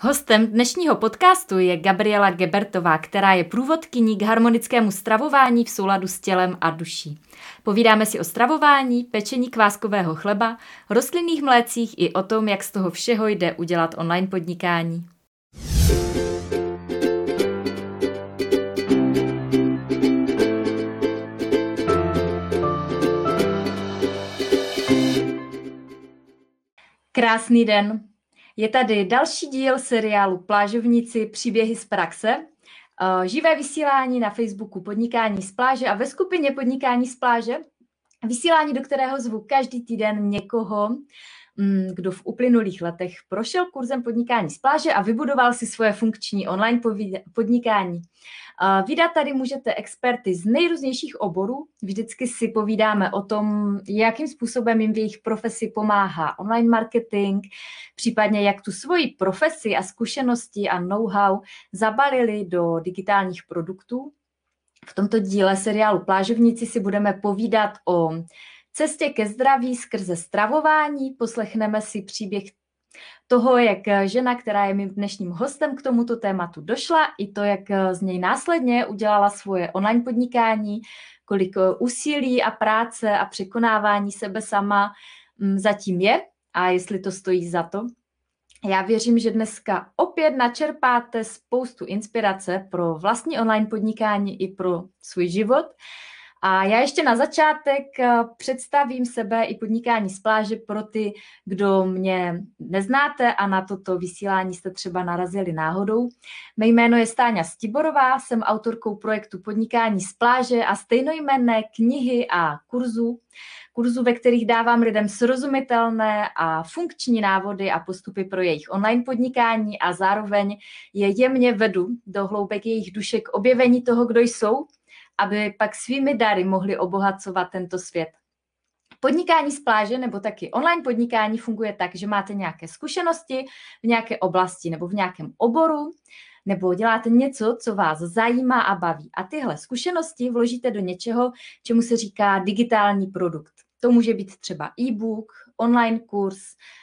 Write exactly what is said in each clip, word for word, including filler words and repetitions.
Hostem dnešního podcastu je Gabriela Gebertová, která je průvodkyní k harmonickému stravování v souladu s tělem a duší. Povídáme si o stravování, pečení kváskového chleba, rostlinných mlécích i o tom, jak z toho všeho jde udělat online podnikání. Krásný den. Je tady další díl seriálu Plážovníci příběhy z praxe. Živé vysílání na Facebooku Podnikání z pláže a ve skupině Podnikání z pláže. Vysílání, do kterého zvu každý týden někoho, kdo v uplynulých letech prošel kurzem Podnikání z pláže a vybudoval si svoje funkční online podnikání. Vydat tady můžete experty z nejrůznějších oborů. Vždycky si povídáme o tom, jakým způsobem jim v jejich profesi pomáhá online marketing, případně jak tu svoji profesi a zkušenosti a know-how zabalili do digitálních produktů. V tomto díle seriálu Plážovníci si budeme povídat o cestě ke zdraví skrze stravování. Poslechneme si příběh toho, jak žena, která je mým dnešním hostem, k tomuto tématu došla, i to, jak z něj následně udělala svoje online podnikání, kolik úsilí a práce a překonávání sebe sama zatím je a jestli to stojí za to. Já věřím, že dneska opět načerpáte spoustu inspirace pro vlastní online podnikání i pro svůj život. A já ještě na začátek představím sebe i Podnikání z pláže pro ty, kdo mě neznáte a na toto vysílání jste třeba narazili náhodou. Mé jméno je Stáňa Stiborová, jsem autorkou projektu Podnikání z pláže a stejnojmenné knihy a kurzů, kurzů, ve kterých dávám lidem srozumitelné a funkční návody a postupy pro jejich online podnikání a zároveň je jemně vedu do hloubek jejich duše k objevení toho, kdo jsou, aby pak svými dary mohli obohacovat tento svět. Podnikání z pláže nebo taky online podnikání funguje tak, že máte nějaké zkušenosti v nějaké oblasti nebo v nějakém oboru, nebo děláte něco, co vás zajímá a baví. A tyhle zkušenosti vložíte do něčeho, čemu se říká digitální produkt. To může být třeba e-book, online kurz,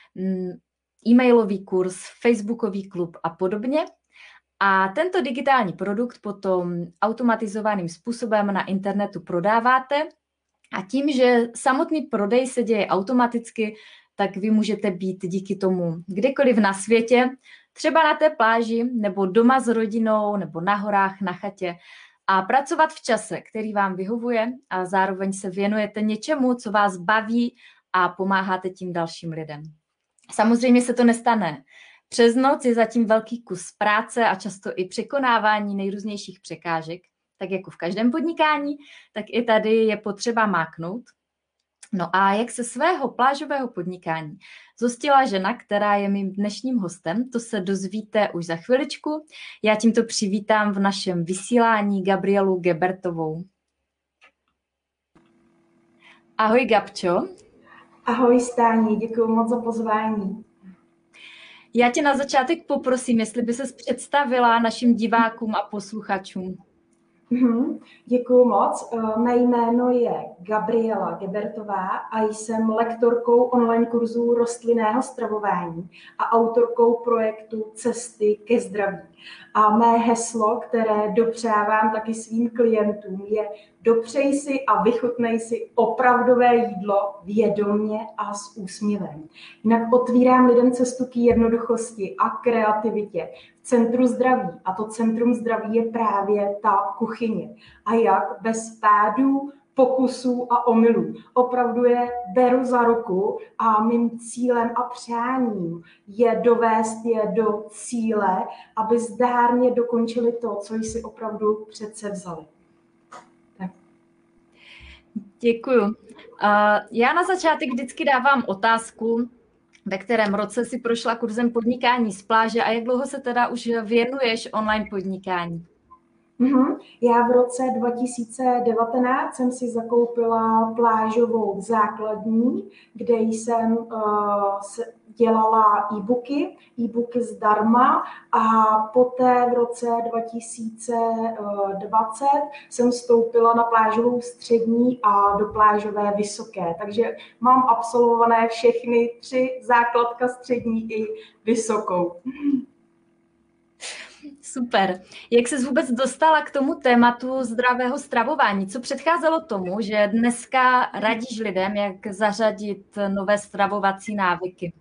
e-mailový kurz, facebookový klub a podobně. A tento digitální produkt potom automatizovaným způsobem na internetu prodáváte a tím, že samotný prodej se děje automaticky, tak vy můžete být díky tomu kdekoliv na světě, třeba na té pláži, nebo doma s rodinou, nebo na horách, na chatě a pracovat v čase, který vám vyhovuje a zároveň se věnujete něčemu, co vás baví a pomáháte tím dalším lidem. Samozřejmě se to nestane přes noc, je zatím velký kus práce a často i překonávání nejrůznějších překážek. Tak jako v každém podnikání, tak i tady je potřeba máknout. No a jak se svého plážového podnikání zhostila žena, která je mým dnešním hostem, to se dozvíte už za chviličku. Já tímto přivítám v našem vysílání Gabrielu Gebertovou. Ahoj, Gabčo. Ahoj, Stáni, děkuji moc za pozvání. Já tě na začátek poprosím, jestli by ses představila našim divákům a posluchačům. Mm-hmm. Děkuji moc. Mé jméno je Gabriela Gebertová a jsem lektorkou online kurzu rostlinného stravování a autorkou projektu Cesty ke zdraví. A mé heslo, které dopřávám taky svým klientům, je dopřej si a vychutnej si opravdové jídlo vědomě a s úsměvem. Jinak otvírám lidem cestu k jednoduchosti a kreativitě v centru zdraví. A to centrum zdraví je právě ta kuchyně. A jak bez pádů, pokusů a omylů. Opravdu je beru za ruku a mým cílem a přáním je dovést je do cíle, aby zdárně dokončili to, co si opravdu přece vzali. Tak. Děkuju. Já na začátek vždycky dávám otázku, ve kterém roce si prošla kurzem Podnikání z pláže a jak dlouho se teda už věnuješ online podnikání? Mm-hmm. Já v roce dva tisíce devatenáct jsem si zakoupila plážovou základní, kde jsem uh, dělala e-booky, e-booky zdarma a poté v roce dva tisíce dvacet jsem vstoupila na plážovou střední a do plážové vysoké. Takže mám absolvované všechny tři, základka, střední i vysokou. Super. Jak ses vůbec dostala k tomu tématu zdravého stravování? Co předcházelo tomu, že dneska radíš lidem, jak zařadit nové stravovací návyky?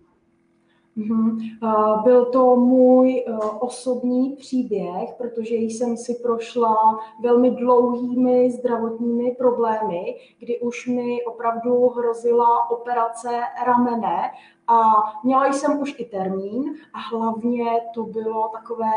Mhm. Byl to můj osobní příběh, protože jsem si prošla velmi dlouhými zdravotními problémy, kdy už mi opravdu hrozila operace ramene a měla jsem už i termín a hlavně to bylo takové,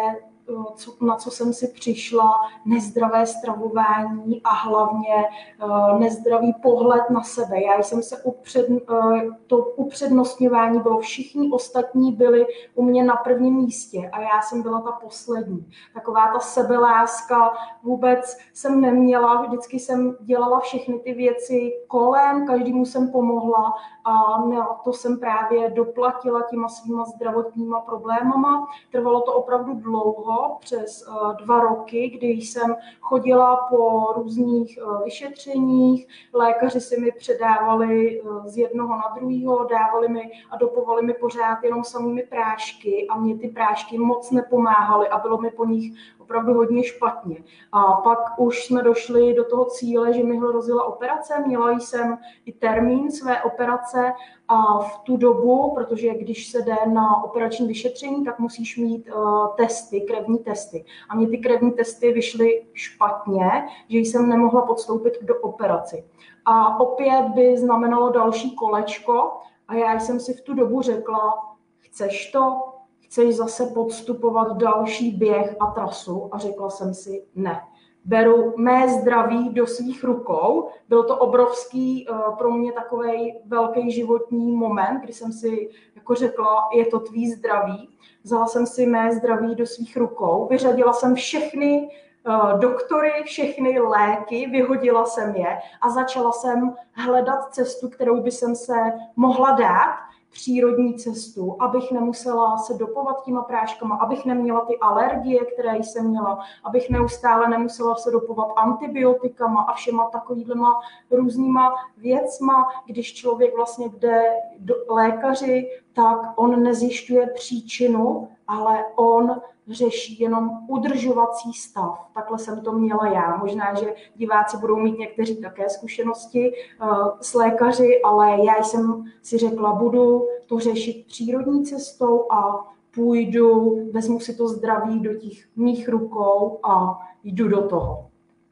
co, na co jsem si přišla, nezdravé stravování a hlavně uh, nezdravý pohled na sebe. Já jsem se upřed, uh, to upřednostňování bylo, všichni ostatní byli u mě na prvním místě a já jsem byla ta poslední. Taková ta sebeláska vůbec jsem neměla, vždycky jsem dělala všechny ty věci kolem, každému jsem pomohla a na to jsem právě doplatila těma svýma zdravotníma problémama. Trvalo to opravdu dlouho, přes uh, dva roky, kdy jsem chodila po různých uh, vyšetřeních, lékaři si mi předávali uh, z jednoho na druhého, dávali mi a dopovali mi pořád jenom samými prášky a mě ty prášky moc nepomáhaly a bylo mi po nich opravdu hodně špatně. A pak už jsme došli do toho cíle, že mi hrozila operace, měla jsem i termín své operace a v tu dobu, protože když se jde na operační vyšetření, tak musíš mít uh, testy, krevní testy. A mě ty krevní testy vyšly špatně, že jsem nemohla podstoupit do operaci. A opět by znamenalo další kolečko a já jsem si v tu dobu řekla, chceš to? Chceš zase podstupovat další běh a trasu? A řekla jsem si ne. Beru mé zdraví do svých rukou. Byl to obrovský pro mě takový velký životní moment, kdy jsem si jako řekla, je to tvý zdraví. Vzala jsem si mé zdraví do svých rukou, vyřadila jsem všechny doktory, všechny léky, vyhodila jsem je a začala jsem hledat cestu, kterou by jsem se mohla dát, přírodní cestu, abych nemusela se dopovat těma práškama, abych neměla ty alergie, které jsem měla, abych neustále nemusela se dopovat antibiotikama a všema takovýhlema různýma věcma. Když člověk vlastně jde do lékaři, tak on nezjišťuje příčinu, ale on řeší jenom udržovací stav. Takhle jsem to měla já. Možná, že diváci budou mít někteří také zkušenosti uh, s lékaři, ale já jsem si řekla, budu to řešit přírodní cestou a půjdu, vezmu si to zdraví do těch mých rukou a jdu do toho.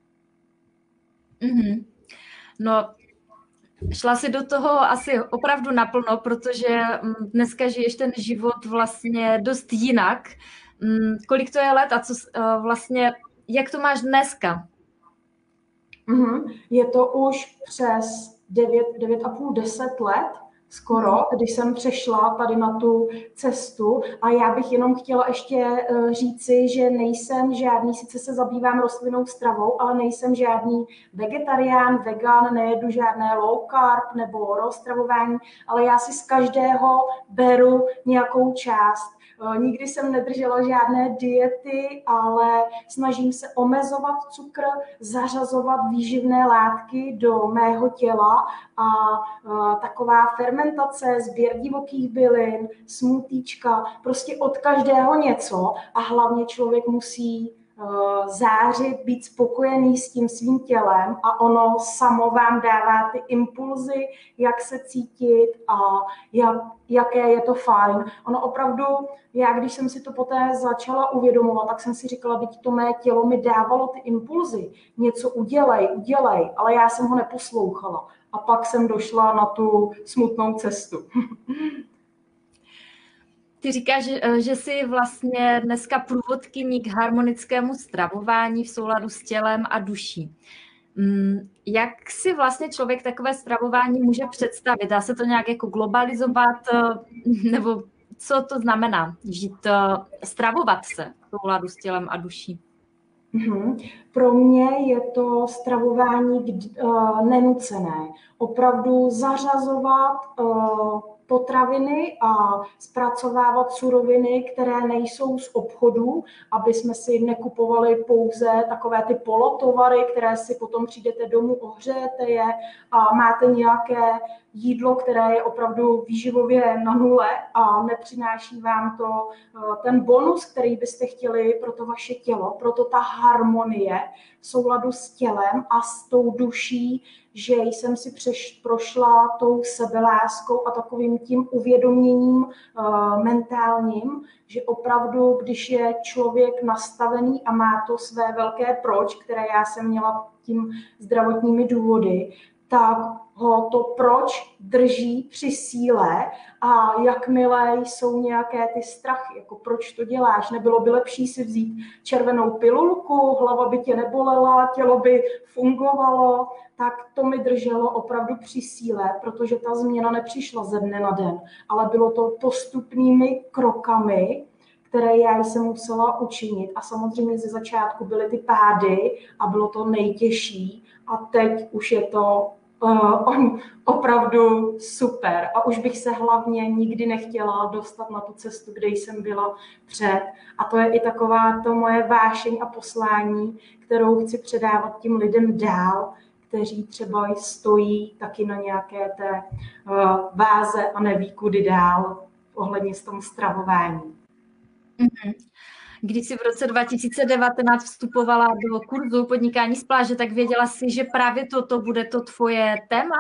Mm-hmm. No, šla si do toho asi opravdu naplno, protože dneska žiješ ten život vlastně dost jinak. Kolik to je let a co vlastně, jak to máš dneska? Mm-hmm. Je to už přes devět a půl, deset let skoro, když jsem přešla tady na tu cestu a já bych jenom chtěla ještě říci, že nejsem žádný, sice se zabývám rostlinnou stravou, ale nejsem žádný vegetarián, vegan, nejedu žádné low carb nebo raw stravování, ale já si z každého beru nějakou část. Nikdy jsem nedržela žádné diety, ale snažím se omezovat cukr, zařazovat výživné látky do mého těla a, a taková fermentace, sběr divokých bylin, smutíčka, prostě od každého něco a hlavně člověk musí zářit, být spokojený s tím svým tělem a ono samo vám dává ty impulzy, jak se cítit a jak, jaké je to fajn. Ono opravdu, já když jsem si to poté začala uvědomovat, tak jsem si říkala, teď to mé tělo mi dávalo ty impulzy, něco udělej, udělej, ale já jsem ho neposlouchala. A pak jsem došla na tu smutnou cestu. Ty říkáš, že, že jsi vlastně dneska průvodkyní k harmonickému stravování v souladu s tělem a duší. Jak si vlastně člověk takové stravování může představit? Dá se to nějak jako globalizovat? Nebo co to znamená žít, stravovat se v souladu s tělem a duší? Mm-hmm. Pro mě je to stravování uh, nenucené. Opravdu zařazovat uh, potraviny a zpracovávat suroviny, které nejsou z obchodu, aby jsme si nekupovali pouze takové ty polotovary, které si potom přijdete domů, ohřejete je a máte nějaké jídlo, které je opravdu výživově na nule a nepřináší vám to ten bonus, který byste chtěli pro to vaše tělo, proto ta harmonie v souladu s tělem a s tou duší, že jsem si přeš, prošla tou sebeláskou a takovým tím uvědoměním uh, mentálním, že opravdu, když je člověk nastavený a má to své velké proč, které já jsem měla tím zdravotními důvody, tak ho to proč drží při síle a jakmile jsou nějaké ty strachy, jako proč to děláš, nebylo by lepší si vzít červenou pilulku, hlava by tě nebolela, tělo by fungovalo, tak to mi drželo opravdu při síle, protože ta změna nepřišla ze dne na den, ale bylo to postupnými krokami, které já jsem musela učinit. A samozřejmě ze začátku byly ty pády a bylo to nejtěžší a teď už je to Uh, opravdu super a už bych se hlavně nikdy nechtěla dostat na tu cestu, kde jsem byla před. A to je i taková to moje vášeň a poslání, kterou chci předávat tím lidem dál, kteří třeba stojí taky na nějaké té uh, váze a neví kudy dál ohledně s tom stravování. Mm-hmm. Když jsi v roce dva tisíce devatenáct vstupovala do kurzu podnikání z pláže, tak věděla jsi, že právě toto bude to tvoje téma?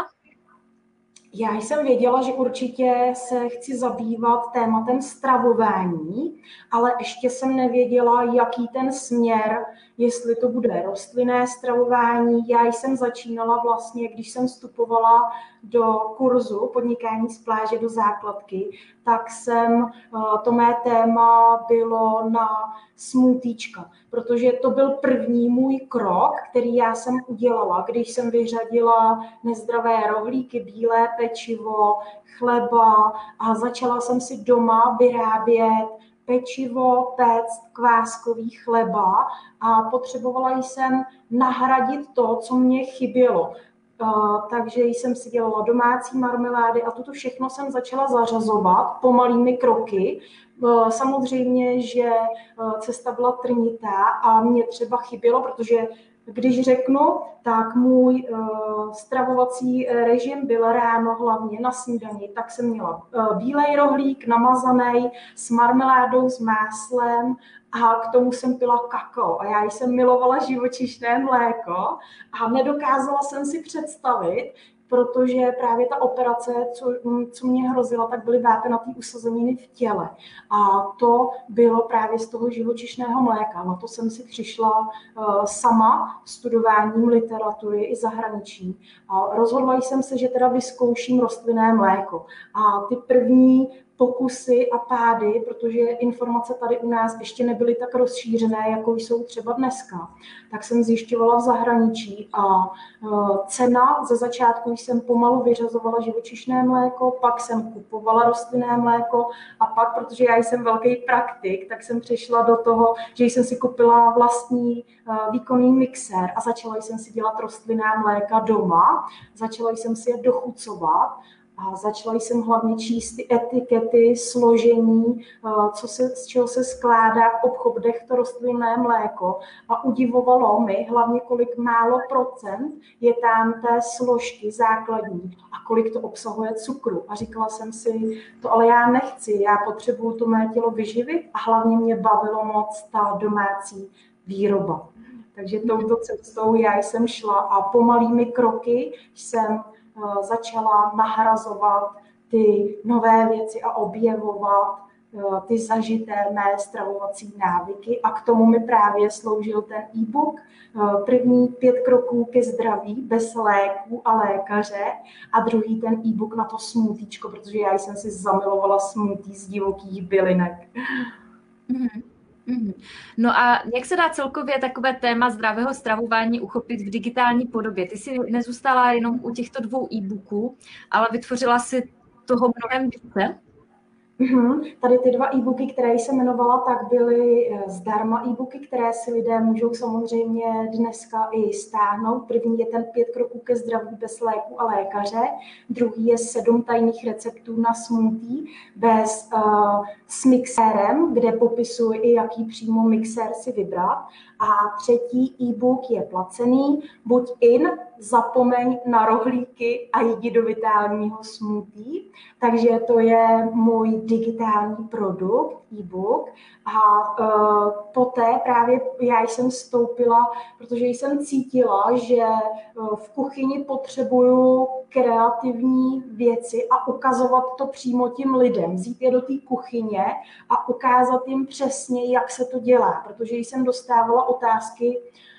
Já jsem věděla, že určitě se chci zabývat tématem stravování, ale ještě jsem nevěděla, jaký ten směr, jestli to bude rostlinné stravování. Já jsem začínala vlastně, když jsem vstupovala do kurzu podnikání z pláže do základky, tak jsem, to mé téma bylo na smoothiečka, protože to byl první můj krok, který já jsem udělala, když jsem vyřadila nezdravé rohlíky, bílé pečivo, chleba a začala jsem si doma vyrábět pečivo, péct kváskový chleba a potřebovala jsem nahradit to, co mě chybělo. Uh, takže jsem si dělala domácí marmelády a toto všechno jsem začala zařazovat pomalými kroky. Uh, samozřejmě, že uh, cesta byla trnitá a mě třeba chybělo, protože když řeknu, tak můj uh, stravovací režim byl ráno hlavně na snídani, tak jsem měla uh, bílej rohlík namazaný s marmeládou, s máslem a k tomu jsem pila kakao. A já jsem milovala živočišné mléko a nedokázala jsem si představit, protože právě ta operace, co, co mě hrozila, tak byly vápenatý usazeniny v těle. A to bylo právě z toho živočišného mléka. Na to jsem si přišla uh, sama studováním literatury i zahraničí. A rozhodla jsem se, že teda vyzkouším rostlinné mléko. A ty první pokusy a pády, protože informace tady u nás ještě nebyly tak rozšířené, jako jsou třeba dneska, tak jsem zjišťovala v zahraničí a uh, cena ze začátku jsem pomalu vyřazovala živočišné mléko, pak jsem kupovala rostlinné mléko a pak, protože já jsem velký praktik, tak jsem přešla do toho, že jsem si koupila vlastní uh, výkonný mixér a začala jsem si dělat rostlinná mléka doma, začala jsem si je dochucovat. A začala jsem hlavně číst ty etikety, složení, co se, z čeho se skládá v obchodech to rostlinné mléko. A udivovalo mi hlavně, kolik málo procent je tam té složky základní a kolik to obsahuje cukru. A říkala jsem si, to ale já nechci, já potřebuju to mé tělo vyživit a hlavně mě bavilo moc ta domácí výroba. Takže touto cestou já jsem šla a pomalými kroky jsem začala nahrazovat ty nové věci a objevovat ty zažité mé stravovací návyky a k tomu mi právě sloužil ten e-book první pět kroků ke zdraví bez léků a lékaře a druhý ten e-book na to smoothiečko, protože já jsem si zamilovala smoothie z divokých bylinek. Mm-hmm. No a jak se dá celkově takové téma zdravého stravování uchopit v digitální podobě? Ty jsi nezůstala jenom u těchto dvou e-booků, ale vytvořila si toho mnohem více? Uhum. Tady ty dva e-booky, které jsem jmenovala, tak byly zdarma e-booky, které si lidé můžou samozřejmě dneska i stáhnout. První je ten pět kroků ke zdraví bez léku a lékaře, druhý je sedm tajných receptů na smoothie bez, uh, s mixérem, kde popisuji i jaký přímo mixér si vybrat. A třetí e-book je placený, buď in, zapomeň na rohlíky a jdi do vitálního smoothie. Takže to je můj digitální produkt, e-book. A uh, poté právě já jsem vstoupila, protože jsem cítila, že uh, v kuchyni potřebuju kreativní věci a ukazovat to přímo tím lidem. Vzít je do té kuchyně a ukázat jim přesně, jak se to dělá. Protože jsem dostávala otázky,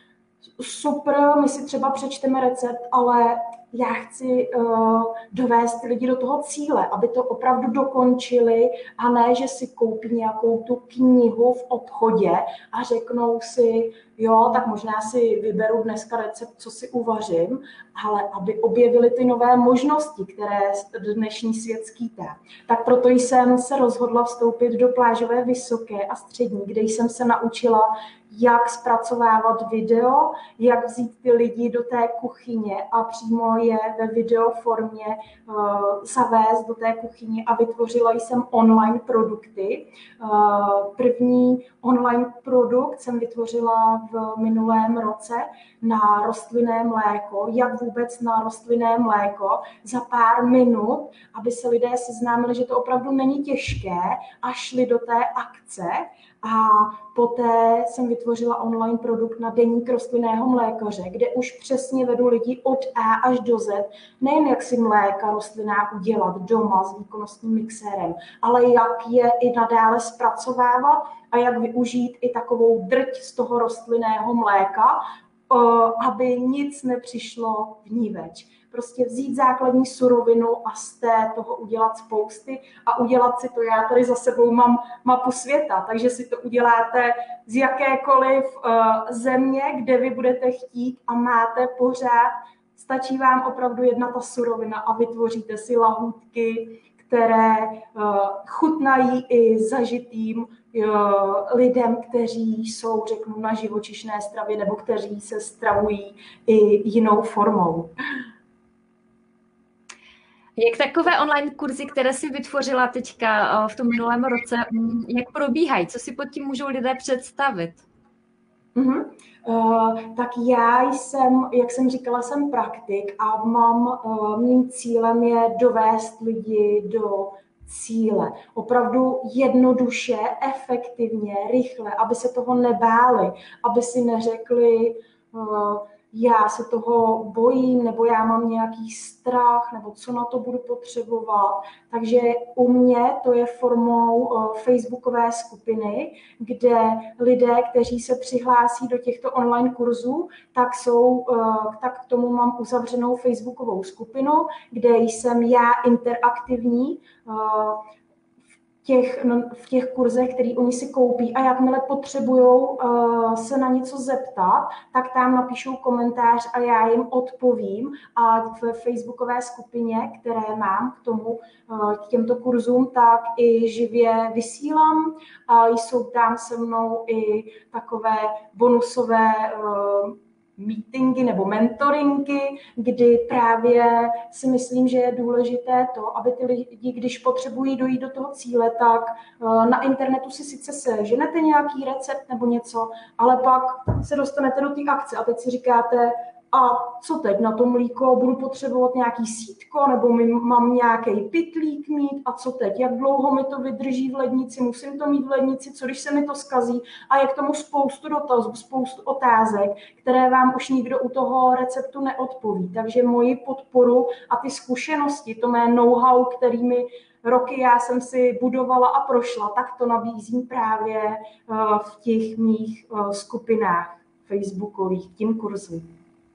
super, my si třeba přečteme recept, ale já chci uh, dovést lidi do toho cíle, aby to opravdu dokončili a ne, že si koupí nějakou tu knihu v obchodě a řeknou si, jo, tak možná si vyberu dneska recept, co si uvařím, ale aby objevili ty nové možnosti, které dnešní svět skýtá. Tak proto jsem se rozhodla vstoupit do plážové vysoké a střední, kde jsem se naučila, jak zpracovávat video, jak vzít ty lidi do té kuchyně a přímo je ve videoformě uh, zavést do té kuchyně a vytvořila jsem online produkty. Uh, první online produkt jsem vytvořila v minulém roce na rostlinné mléko, jak vůbec na rostlinné mléko za pár minut, aby se lidé seznámili, že to opravdu není těžké a šli do té akce. A poté jsem vytvořila online produkt na deník rostlinného mlékaře, kde už přesně vedu lidi od A až do Z, nejen jak si mléka rostlinná udělat doma s výkonnostním mixérem, ale jak je i nadále zpracovávat a jak využít i takovou drť z toho rostlinného mléka, aby nic nepřišlo vníveč. Prostě vzít základní surovinu a z té toho udělat spousty a udělat si to. Já tady za sebou mám mapu světa, takže si to uděláte z jakékoliv uh, země, kde vy budete chtít a máte pořád. Stačí vám opravdu jedna ta surovina a vytvoříte si lahůdky, které uh, chutnají i zažitým uh, lidem, kteří jsou, řeknu, na živočišné stravě nebo kteří se stravují i jinou formou. Jak takové online kurzy, které jsi vytvořila teďka v tom minulém roce, jak probíhají? Co si pod tím můžou lidé představit? Mm-hmm. Uh, tak já jsem, jak jsem říkala, jsem praktik a mám, uh, mým cílem je dovést lidi do cíle. Opravdu jednoduše, efektivně, rychle, aby se toho nebáli, aby si neřekli, uh, já se toho bojím, nebo já mám nějaký strach, nebo co na to budu potřebovat. Takže u mě to je formou uh, facebookové skupiny, kde lidé, kteří se přihlásí do těchto online kurzů, tak, jsou, uh, tak k tomu mám uzavřenou facebookovou skupinu, kde jsem já interaktivní, uh, Těch, no, v těch kurzech, který oni si koupí a jakmile potřebují uh, se na něco zeptat, tak tam napíšou komentář a já jim odpovím a v facebookové skupině, které mám k tomu, uh, k těmto kurzům, tak i živě vysílám a jsou tam se mnou i takové bonusové uh, meetingy nebo mentoringy, kdy právě si myslím, že je důležité to, aby ty lidi, když potřebují dojít do toho cíle, tak na internetu si sice seženete nějaký recept nebo něco, ale pak se dostanete do té akce a teď si říkáte, a co teď na to mlíko, budu potřebovat nějaký sítko, nebo mám nějaký pytlík mít a co teď, jak dlouho mi to vydrží v lednici, musím to mít v lednici, co když se mi to zkazí a je k tomu spoustu dotazů, spoustu otázek, které vám už nikdo u toho receptu neodpoví. Takže moji podporu a ty zkušenosti, to mé know-how, kterými roky já jsem si budovala a prošla, tak to nabízím právě v těch mých skupinách facebookových, tím kurzům.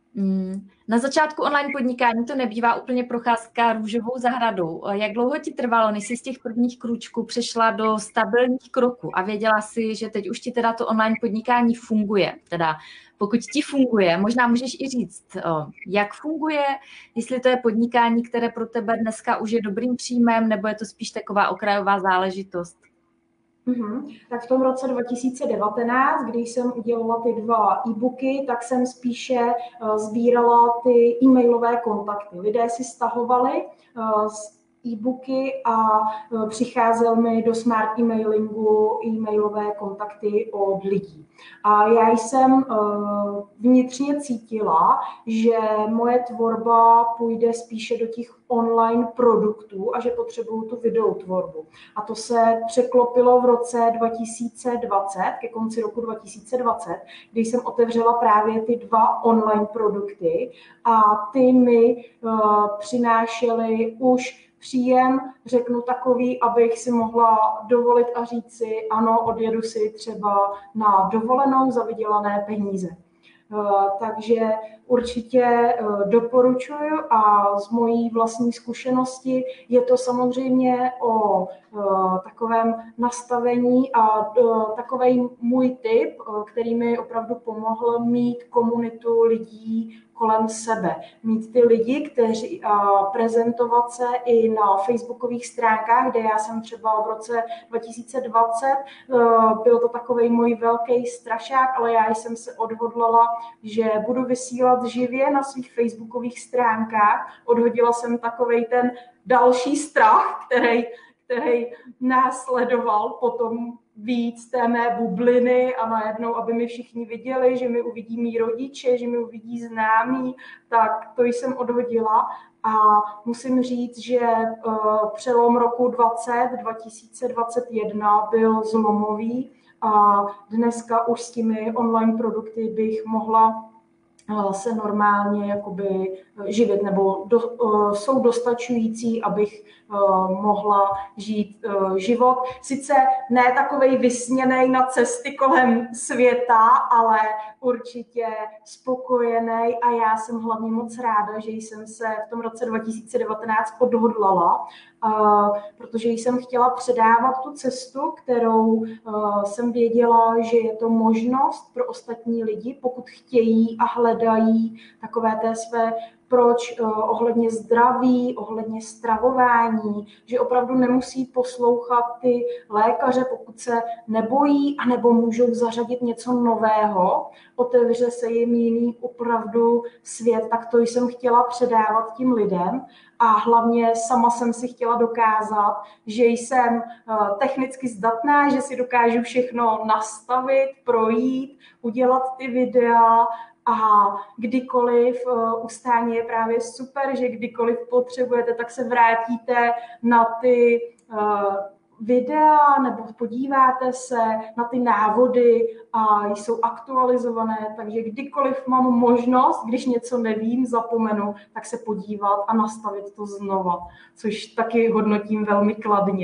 Mm, Na začátku online podnikání to nebývá úplně procházka růžovou zahradou. Jak dlouho ti trvalo, než jsi z těch prvních krůčků přešla do stabilních kroků a věděla si, že teď už ti teda to online podnikání funguje? Teda pokud ti funguje, možná můžeš i říct, jak funguje, jestli to je podnikání, které pro tebe dneska už je dobrým příjmem, nebo je to spíš taková okrajová záležitost? Mm-hmm. Tak v tom roce dva tisíce devatenáct, když jsem udělala ty dva e-booky, tak jsem spíše uh, sbírala ty e-mailové kontakty. Lidé si stahovali uh, e-booky a uh, přicházel mi do smart e-mailingu e-mailové kontakty od lidí. A já jsem uh, vnitřně cítila, že moje tvorba půjde spíše do těch online produktů a že potřebuju tu videotvorbu. A to se překlopilo v roce dva tisíce dvacet, ke konci roku dva tisíce dvacet, kdy jsem otevřela právě ty dva online produkty a ty mi uh, přinášely už příjem, řeknu takový, abych si mohla dovolit a říct si, ano, odjedu si třeba na dovolenou za vydělané peníze. Takže určitě doporučuji a z mojí vlastní zkušenosti je to samozřejmě o takovém nastavení a takový můj tip, který mi opravdu pomohl mít komunitu lidí kolem sebe. Mít ty lidi, kteří prezentovat se i na facebookových stránkách, kde já jsem třeba v roce dva tisíce dvacet, byl to takový můj velký strašák, ale já jsem se odhodlala, že budu vysílat živě na svých facebookových stránkách. Odhodila jsem takovej ten další strach, který, který následoval potom víc té mé bubliny a najednou, aby mi všichni viděli, že mi uvidí mý rodiče, že mi uvidí známí, tak to jsem odhodila. A musím říct, že uh, přelom roku dvacet, dva tisíce dvacet jedna byl zlomový a dneska už s těmi online produkty bych mohla se normálně jakoby živit, nebo do, uh, jsou dostačující, abych uh, mohla žít uh, život. Sice ne takovej vysněnej na cesty kolem světa, ale určitě spokojený a já jsem hlavně moc ráda, že jsem se v tom roce dva tisíce devatenáct odhodlala, uh, protože jsem chtěla předávat tu cestu, kterou uh, jsem věděla, že je to možnost pro ostatní lidi, pokud chtějí a hledají takové té své proč uh, ohledně zdraví, ohledně stravování, že opravdu nemusí poslouchat ty lékaře, pokud se nebojí, anebo můžou zařadit něco nového, otevře se jim jiný opravdu svět, tak to jsem chtěla předávat tím lidem a hlavně sama jsem si chtěla dokázat, že jsem uh, technicky zdatná, že si dokážu všechno nastavit, projít, udělat ty videa, a kdykoliv uh, ustání je právě super, že kdykoliv potřebujete, tak se vrátíte na ty uh, videa nebo podíváte se na ty návody a jsou aktualizované, takže kdykoliv mám možnost, když něco nevím, zapomenu, tak se podívat a nastavit to znova, což taky hodnotím velmi kladně.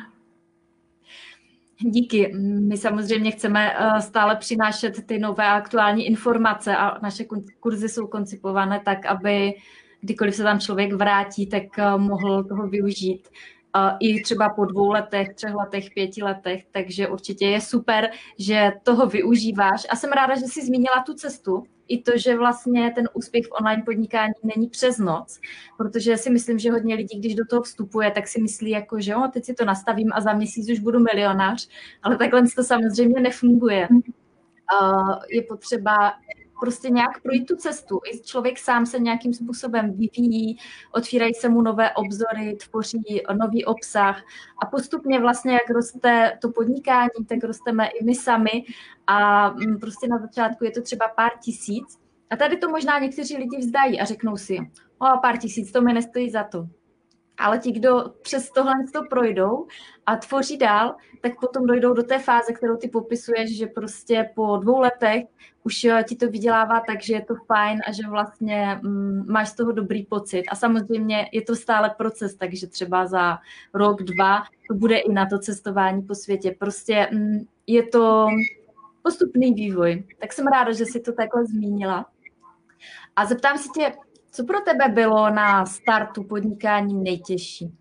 Díky. My samozřejmě chceme stále přinášet ty nové aktuální informace a naše kurzy jsou koncipované tak, aby kdykoliv se tam člověk vrátí, tak mohl toho využít. I třeba po dvou letech, třech letech, pěti letech, takže určitě je super, že toho využíváš a jsem ráda, že jsi zmínila tu cestu, i to, že vlastně ten úspěch v online podnikání není přes noc, protože si myslím, že hodně lidí, když do toho vstupuje, tak si myslí jako, že jo, teď si to nastavím a za měsíc už budu milionář, ale takhle to samozřejmě nefunguje. Je potřeba prostě nějak projít tu cestu. I člověk sám se nějakým způsobem vyvíjí, otvírají se mu nové obzory, tvoří nový obsah a postupně vlastně, jak roste to podnikání, tak rosteme i my sami a prostě na začátku je to třeba pár tisíc a tady to možná někteří lidi vzdají a řeknou si, o, pár tisíc, to mi nestojí za to. Ale ti, kdo přes tohle to projdou a tvoří dál, tak potom dojdou do té fáze, kterou ty popisuješ, že prostě po dvou letech už ti to vydělává tak, že je to fajn a že vlastně mm, máš z toho dobrý pocit. A samozřejmě je to stále proces, takže třeba za rok, dva to bude i na to cestování po světě. Prostě mm, je to postupný vývoj. Tak jsem ráda, že jsi to takhle zmínila. A zeptám se tě, co pro tebe bylo na startu podnikání nejtěžší?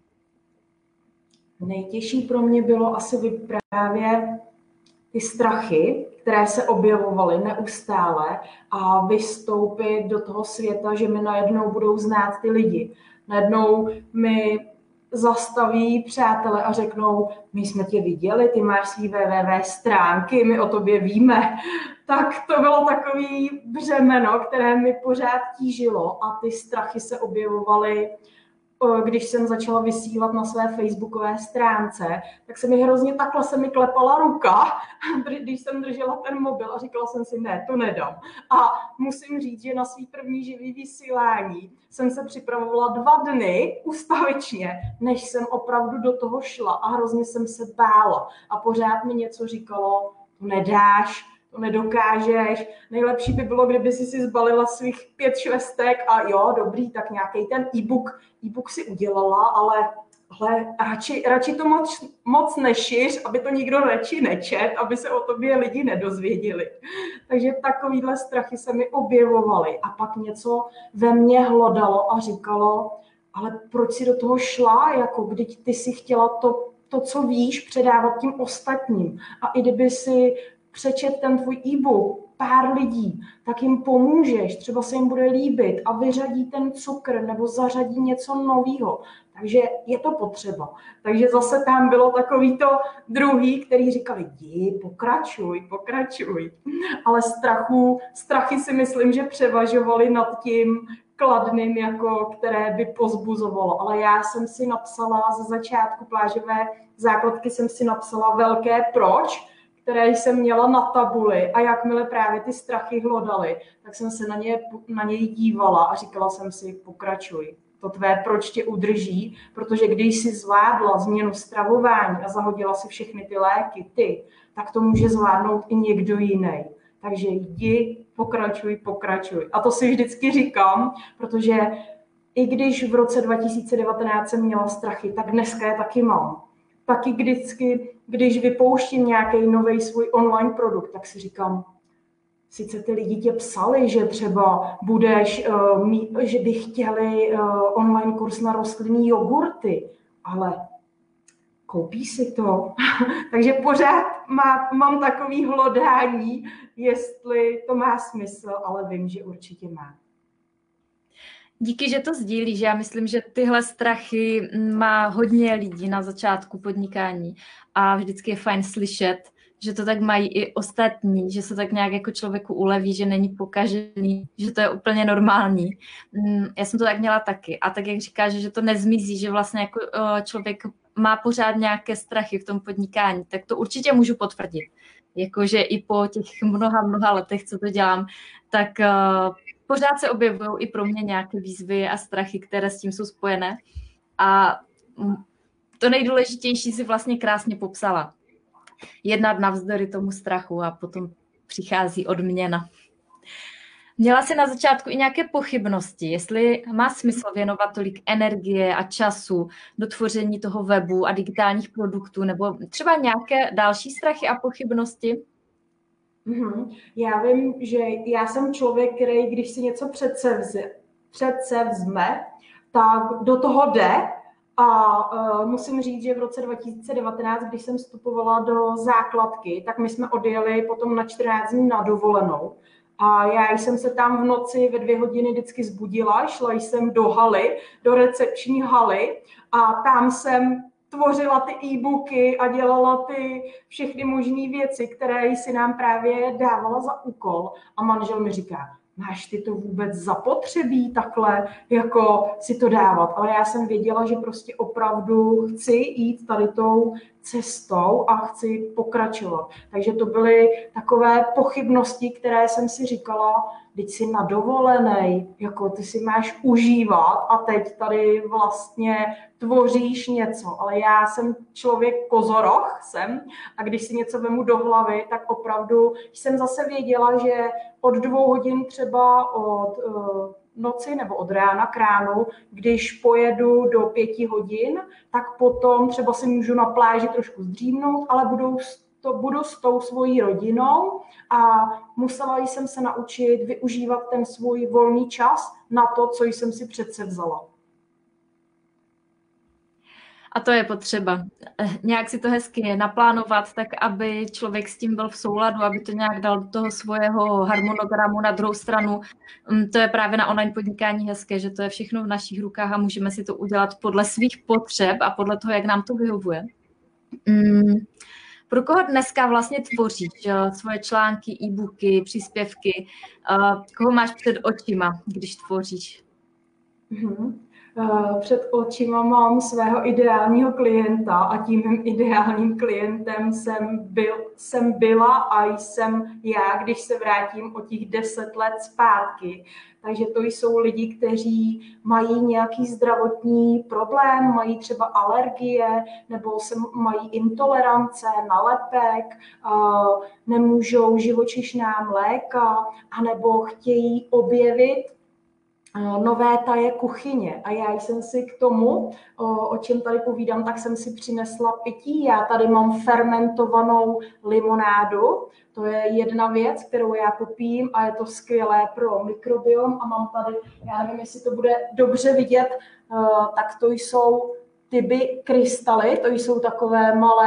Nejtěžší pro mě bylo asi vyprávět ty strachy, které se objevovaly neustále a vystoupit do toho světa, že mi najednou budou znát ty lidi. Najednou mi zastaví přátelé a řeknou, my jsme tě viděli, ty máš svý www stránky, my o tobě víme. Tak to bylo takový břemeno, které mi pořád tížilo a ty strachy se objevovaly, když jsem začala vysílat na své facebookové stránce, tak se mi hrozně takhle se mi klepala ruka, když jsem držela ten mobil a říkala jsem si, ne, to nedám. A musím říct, že na svý první živý vysílání jsem se připravovala dva dny ustavičně, než jsem opravdu do toho šla a hrozně jsem se bála. A pořád mi něco říkalo, to nedáš, to nedokážeš. Nejlepší by bylo, kdyby si si zbalila svých pět švestek a jo, dobrý, tak nějaký ten e-book, e-book si udělala, ale hle, radši, radši to moc, moc nešiř, aby to nikdo radši nečet, aby se o tobě lidi nedozvěděli. Takže takovýhle strachy se mi objevovaly a pak něco ve mně hlodalo a říkalo, ale proč si do toho šla, jako když ty si chtěla to, to, co víš, předávat tím ostatním. A i kdyby si přečet ten tvůj e-book pár lidí, tak jim pomůžeš, třeba se jim bude líbit a vyřadí ten cukr nebo zařadí něco nového. Takže je to potřeba. Takže zase tam bylo takový to druhý, který říkali, jdi, pokračuj, pokračuj. Ale strachu, strachy si myslím, že převažovaly nad tím kladným, jako které by pozbuzovalo. Ale já jsem si napsala ze začátku plážové základky, jsem si napsala velké proč, které jsem měla na tabuli a jakmile právě ty strachy hlodaly, tak jsem se na, ně, na něj dívala a říkala jsem si, pokračuj. To tvé proč tě udrží, protože když si zvládla změnu stravování a zahodila si všechny ty léky, ty, tak to může zvládnout i někdo jiný. Takže jdi, pokračuj, pokračuj. A to si vždycky říkám, protože i když v roce dva tisíce devatenáct jsem měla strachy, tak dneska je taky mám. Taky vždycky, když vypouštím nějaký nový svůj online produkt, tak si říkám, sice ty lidi tě psali, že třeba budeš, uh, mít, že by chtěli uh, online kurz na rostlinný jogurty, ale koupí si to. Takže pořád má, mám takový hlodání, jestli to má smysl, ale vím, že určitě má. Díky, že to sdílíš. Já myslím, že tyhle strachy má hodně lidí na začátku podnikání a vždycky je fajn slyšet, že to tak mají i ostatní, že se tak nějak jako člověku uleví, že není pokažený, že to je úplně normální. Já jsem to tak měla taky. A tak jak říkáš, že to nezmizí, že vlastně jako člověk má pořád nějaké strachy v tom podnikání, tak to určitě můžu potvrdit. Jakože i po těch mnoha, mnoha letech, co to dělám, tak pořád se objevují i pro mě nějaké výzvy a strachy, které s tím jsou spojené. A to nejdůležitější si vlastně krásně popsala. Jednat navzdory tomu strachu a potom přichází odměna. Měla jsi na začátku i nějaké pochybnosti, jestli má smysl věnovat tolik energie a času do tvoření toho webu a digitálních produktů, nebo třeba nějaké další strachy a pochybnosti? Mm-hmm. Já vím, že já jsem člověk, který když si něco předsevzme, tak do toho jde. A uh, musím říct, že v roce dva tisíce devatenáct, když jsem vstupovala do základky, tak my jsme odjeli potom na čtrnáct dní na dovolenou. A já jsem se tam v noci ve dvě hodiny vždycky zbudila, šla jsem do haly, do recepční haly a tam jsem tvořila ty e-booky a dělala ty všechny možné věci, které si nám právě dávala za úkol. A manžel mi říká, máš ty to vůbec zapotřebí takhle jako si to dávat. Ale já jsem věděla, že prostě opravdu chci jít tady tou cestou a chci pokračovat. Takže to byly takové pochybnosti, které jsem si říkala, teď si na dovolenej, jako ty si máš užívat a teď tady vlastně tvoříš něco. Ale já jsem člověk kozoroch jsem a když si něco vemu do hlavy, tak opravdu jsem zase věděla, že od dvou hodin třeba od uh, noci nebo od rána k ránu, když pojedu do pěti hodin, tak potom třeba si můžu na pláži trošku zdřímnout, ale budu to budu s tou svojí rodinou a musela jsem se naučit využívat ten svůj volný čas na to, co jsem si přece vzala. A to je potřeba. Nějak si to hezky naplánovat, tak aby člověk s tím byl v souladu, aby to nějak dal do toho svého harmonogramu. Na druhou stranu, to je právě na online podnikání hezké, že to je všechno v našich rukách a můžeme si to udělat podle svých potřeb a podle toho, jak nám to vyhovuje. Pro koho dneska vlastně tvoříš svoje články, e-booky, příspěvky? Koho máš před očima, když tvoříš? Mm-hmm. Před očima mám svého ideálního klienta a tím mým ideálním klientem jsem, byl, jsem byla a jsem já, když se vrátím o těch deset let zpátky. Takže to jsou lidi, kteří mají nějaký zdravotní problém, mají třeba alergie nebo se mají intolerance na lepek, nemůžou živočišná mléka, anebo chtějí objevit nové taje kuchyně. A já jsem si k tomu, o, o čem tady povídám, tak jsem si přinesla pití. Já tady mám fermentovanou limonádu. To je jedna věc, kterou já popím a je to skvělé pro mikrobiom. A mám tady, já nevím, jestli to bude dobře vidět, tak to jsou tyby krystaly, to jsou takové malé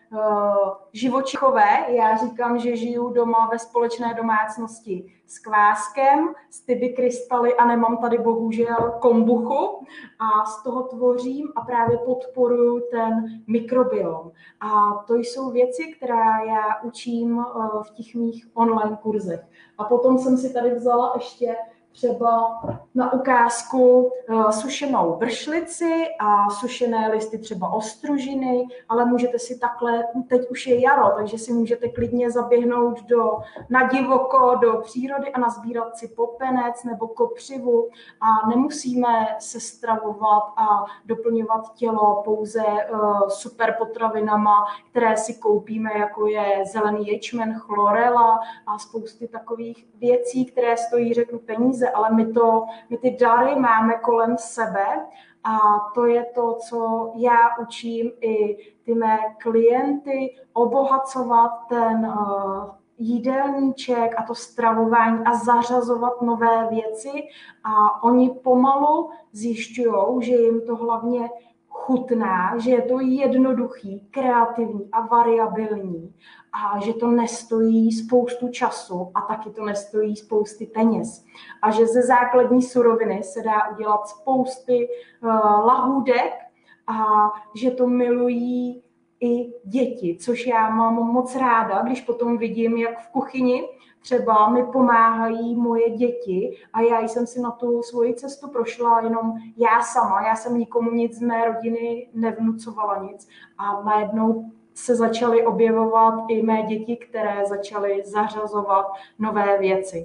živočichové. Já říkám, že žiju doma ve společné domácnosti s kváskem, s tyby krystaly a nemám tady bohužel kombuchu a z toho tvořím a právě podporuju ten mikrobiom. A to jsou věci, které já učím v těch mých online kurzech. A potom jsem si tady vzala ještě třeba na ukázku uh, sušenou bršlici a sušené listy třeba ostružiny, ale můžete si takhle, teď už je jaro, takže si můžete klidně zaběhnout do, na divoko do přírody a nazbírat si popenec nebo kopřivu a nemusíme se stravovat a doplňovat tělo pouze uh, super potravinama, které si koupíme, jako je zelený ječmen, chlorela a spousty takových věcí, které stojí, řeknu, peníze, ale my, to, my ty dary máme kolem sebe a to je to, co já učím i ty mé klienty, obohacovat ten uh, jídelníček a to stravování a zařazovat nové věci a oni pomalu zjišťují, že jim to hlavně chutná, že je to jednoduchý, kreativní a variabilní a že to nestojí spoustu času a taky to nestojí spousty peněz. A že ze základní suroviny se dá udělat spousty uh, lahůdek a že to milují i děti, což já mám moc ráda, když potom vidím, jak v kuchyni třeba mi pomáhají moje děti a já jsem si na tu svoji cestu prošla jenom já sama, já jsem nikomu nic z mé rodiny nevnucovala nic a najednou se začaly objevovat i mé děti, které začaly zařazovat nové věci.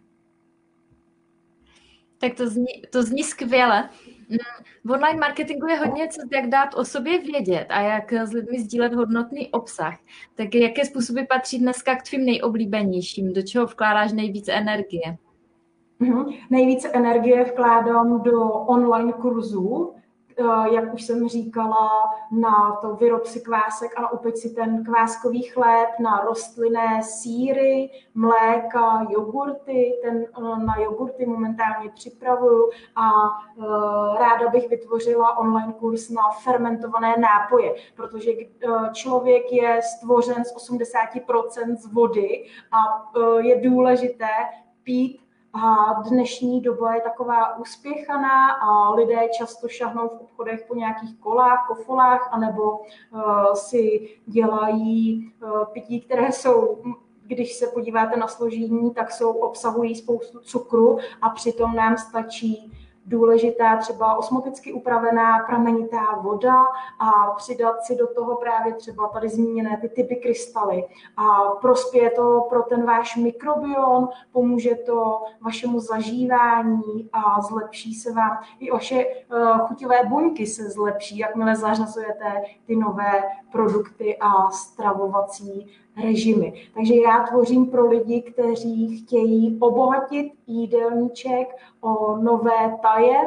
Tak to zní, to zní skvěle. V online marketingu je hodně cest, jak dát o sobě vědět a jak s lidmi sdílet hodnotný obsah. Tak jaké způsoby patří dneska k tvým nejoblíbenějším? Do čeho vkládáš nejvíce energie? Mm-hmm. Nejvíce energie vkládám do online kurzů, jak už jsem říkala, na to vyrob si kvásek a upeč si ten kváskový chléb, na rostlinné sýry, mléka, jogurty. Ten na jogurty momentálně připravuju a ráda bych vytvořila online kurz na fermentované nápoje, protože člověk je stvořen z osmdesát procent z vody a je důležité pít. A dnešní doba je taková uspěchaná a lidé často šahnou v obchodech po nějakých kolách, kofolách, anebo uh, si dělají uh, pití, které jsou, když se podíváte na složení, tak jsou, obsahují spoustu cukru a přitom nám stačí důležitá třeba osmoticky upravená pramenitá voda a přidat si do toho právě třeba tady zmíněné ty typy krystaly. A prospěje to pro ten váš mikrobiom, pomůže to vašemu zažívání a zlepší se vám i vaše uh, chuťové buňky se zlepší, jakmile zařazujete ty nové produkty a stravovací režimy. Takže já tvořím pro lidi, kteří chtějí obohatit jídelníček o nové taje,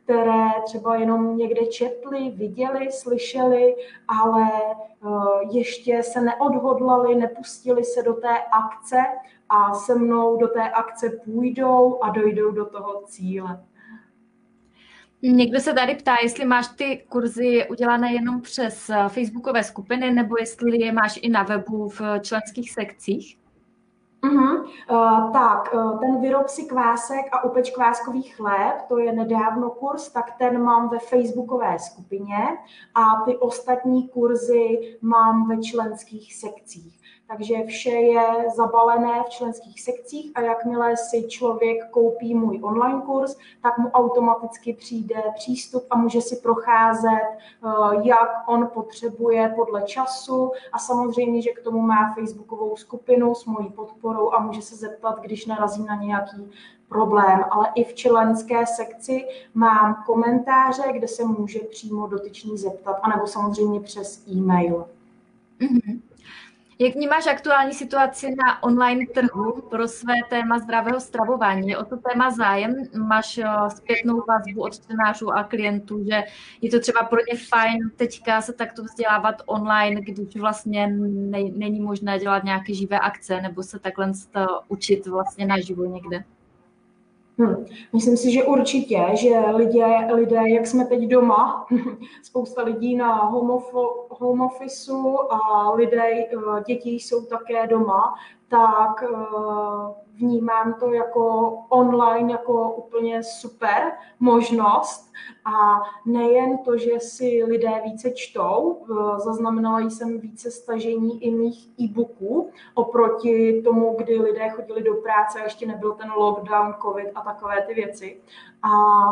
které třeba jenom někde četli, viděli, slyšeli, ale ještě se neodhodlali, nepustili se do té akce a se mnou do té akce půjdou a dojdou do toho cíle. Někdo se tady ptá, jestli máš ty kurzy udělané jenom přes facebookové skupiny, nebo jestli je máš i na webu v členských sekcích? Uh-huh. Uh, tak, uh, ten Vyrob si kvásek a upeč kváskový chléb, to je nedávno kurz, tak ten mám ve facebookové skupině a ty ostatní kurzy mám ve členských sekcích. Takže vše je zabalené v členských sekcích a jakmile si člověk koupí můj online kurz, tak mu automaticky přijde přístup a může si procházet, jak on potřebuje podle času a samozřejmě, že k tomu má facebookovou skupinu s mojí podporou a může se zeptat, když narazí na nějaký problém, ale i v členské sekci mám komentáře, kde se může přímo dotyčný zeptat, anebo samozřejmě přes e-mail. Mm-hmm. Jak vnímáš aktuální situaci na online trhu pro své téma zdravého stravování? Je o to téma zájem? Máš zpětnou vazbu od čtenářů a klientů, že je to třeba pro ně fajn teďka se takto vzdělávat online, když vlastně ne, není možné dělat nějaké živé akce nebo se takhle učit vlastně naživo někde? Hmm. Myslím si, že určitě, že lidé, lidé, jak jsme teď doma, spousta lidí na home, home officeu a lidé, děti jsou také doma, tak vnímám to jako online, jako úplně super možnost. A nejen to, že si lidé více čtou, zaznamenala jsem více stažení i mých e-booků oproti tomu, kdy lidé chodili do práce a ještě nebyl ten lockdown, covid a takové ty věci. A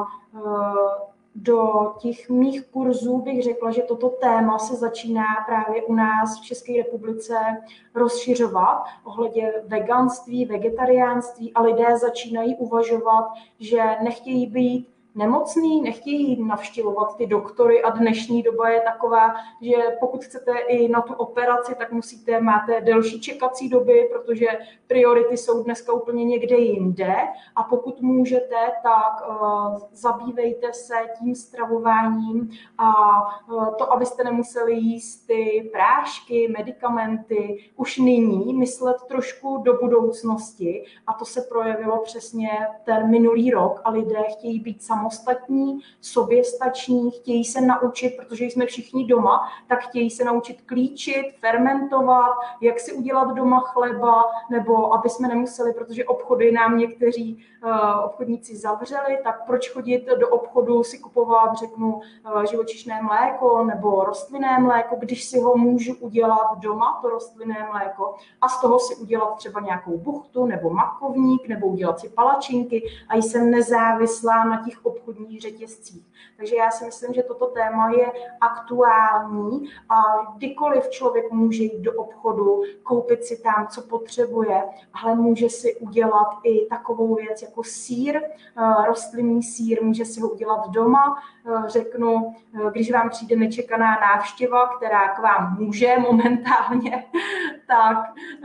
do těch mých kurzů bych řekla, že toto téma se začíná právě u nás v České republice rozšiřovat ohledně veganství, vegetariánství a lidé začínají uvažovat, že nechtějí být nemocný, nechtějí navštěvovat ty doktory a dnešní doba je taková, že pokud chcete i na tu operaci, tak musíte, máte delší čekací doby, protože priority jsou dneska úplně někde jinde a pokud můžete, tak uh, zabývejte se tím stravováním a uh, to, abyste nemuseli jíst ty prášky, medikamenty, už nyní myslet trošku do budoucnosti a to se projevilo přesně ten minulý rok a lidé chtějí být samostatní samostatní, soběstační, chtějí se naučit, protože jsme všichni doma, tak chtějí se naučit klíčit, fermentovat, jak si udělat doma chleba, nebo aby jsme nemuseli, protože obchody nám někteří uh, obchodníci zavřeli, tak proč chodit do obchodu si kupovat, řeknu, uh, živočišné mléko nebo rostlinné mléko, když si ho můžu udělat doma, to rostlinné mléko, a z toho si udělat třeba nějakou buchtu nebo makovník, nebo udělat si palačinky a jsem nezávislá na těch obchodních řetězcích. Takže já si myslím, že toto téma je aktuální a kdykoliv člověk může jít do obchodu, koupit si tam, co potřebuje, ale může si udělat i takovou věc jako sýr, rostlinný sýr, může si ho udělat doma. Řeknu, když vám přijde nečekaná návštěva, která k vám může momentálně, tak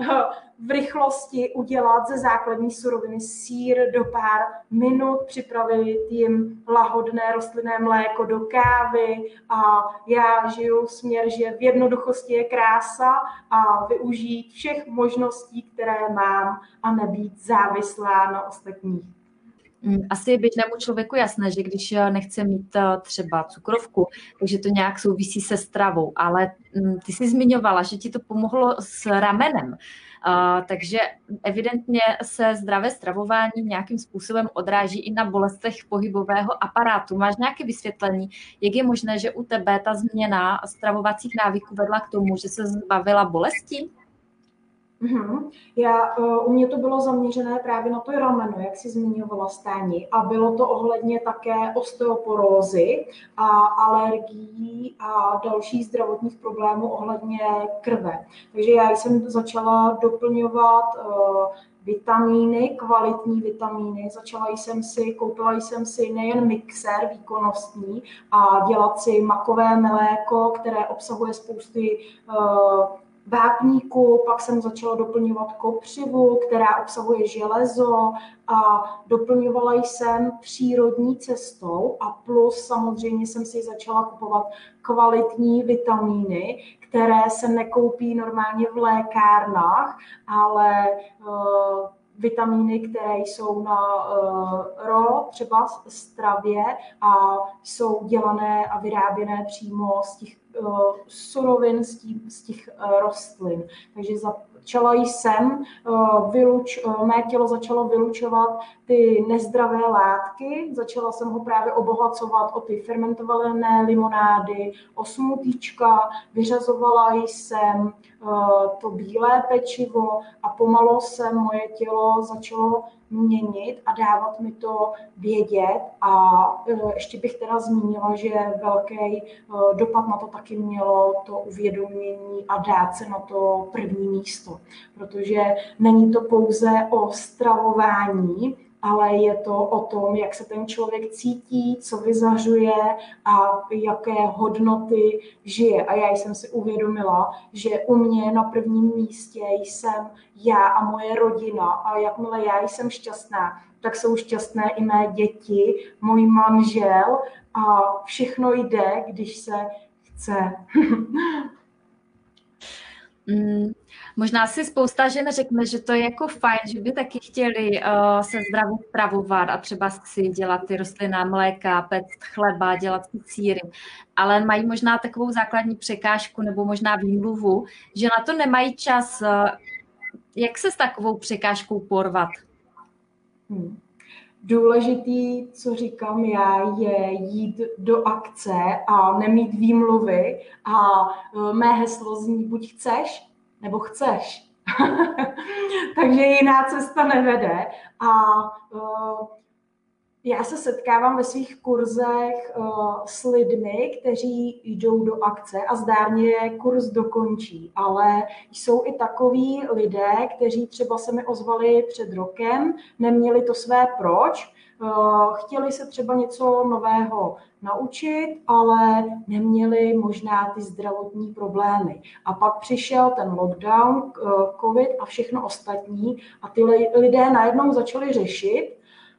v rychlosti udělat ze základní suroviny sýr do pár minut, připravit jim lahodné rostlinné mléko do kávy a já žiju směr, že v jednoduchosti je krása a využít všech možností, které mám a nebýt závislá na ostatních. Asi je běžnému člověku jasné, že když nechce mít třeba cukrovku, takže to nějak souvisí se stravou, ale ty jsi zmiňovala, že ti to pomohlo s ramenem, takže evidentně se zdravé stravování nějakým způsobem odráží i na bolestech pohybového aparátu. Máš nějaké vysvětlení, jak je možné, že u tebe ta změna stravovacích návyků vedla k tomu, že se zbavila bolestí? Uhum. Já, u mě to bylo zaměřené právě na to rameno, jak jsi zmiňovala, Stáni, a bylo to ohledně také osteoporózy a alergií a dalších zdravotních problémů ohledně krve. Takže já jsem začala doplňovat uh, vitamíny, kvalitní vitamíny. Začala jsem si, koupila jsem si nejen mixér výkonnostní a dělat si makové mléko, které obsahuje spousty uh, vápníku, pak jsem začala doplňovat kopřivu, která obsahuje železo a doplňovala jsem přírodní cestou a plus samozřejmě jsem si začala kupovat kvalitní vitamíny, které se nekoupí normálně v lékárnách, ale uh, vitamíny, které jsou na uh, ro, třeba stravě a jsou dělané a vyráběné přímo z těch uh, surovin, z těch, z těch uh, rostlin. Takže začala jsem, uh, vyluč, uh, mé tělo začalo vylučovat ty nezdravé látky, začala jsem ho právě obohacovat o ty fermentované limonády, o smutíčka, vyřazovala jsem to bílé pečivo a pomalu se moje tělo začalo měnit a dávat mi to vědět. A ještě bych teda zmínila, že velký dopad na to taky mělo to uvědomění a dát se na to první místo. Protože není to pouze o stravování, ale je to o tom, jak se ten člověk cítí, co vyzařuje a jaké hodnoty žije. A já jsem si uvědomila, že u mě na prvním místě jsem já a moje rodina a jakmile já jsem šťastná, tak jsou šťastné i mé děti, můj manžel a všechno jde, když se chce. Mm, možná si spousta žen řekne, že to je jako fajn, že by taky chtěli uh, se zdravě stravovat a třeba si dělat ty rostlinná mléka, péct chleba, dělat ty sýry, ale mají možná takovou základní překážku nebo možná výmluvu, že na to nemají čas. Uh, jak se s takovou překážkou porvat? Hmm. Důležitý, co říkám já, je jít do akce a nemít výmluvy a mé heslo zní buď chceš, nebo chceš. Takže jiná cesta nevede. A uh, já se setkávám ve svých kurzech uh, s lidmi, kteří jdou do akce a zdárně kurz dokončí, ale jsou i takoví lidé, kteří třeba se mi ozvali před rokem, neměli to své proč, uh, chtěli se třeba něco nového naučit, ale neměli možná ty zdravotní problémy. A pak přišel ten lockdown, uh, covid a všechno ostatní a ty lidé najednou začali řešit,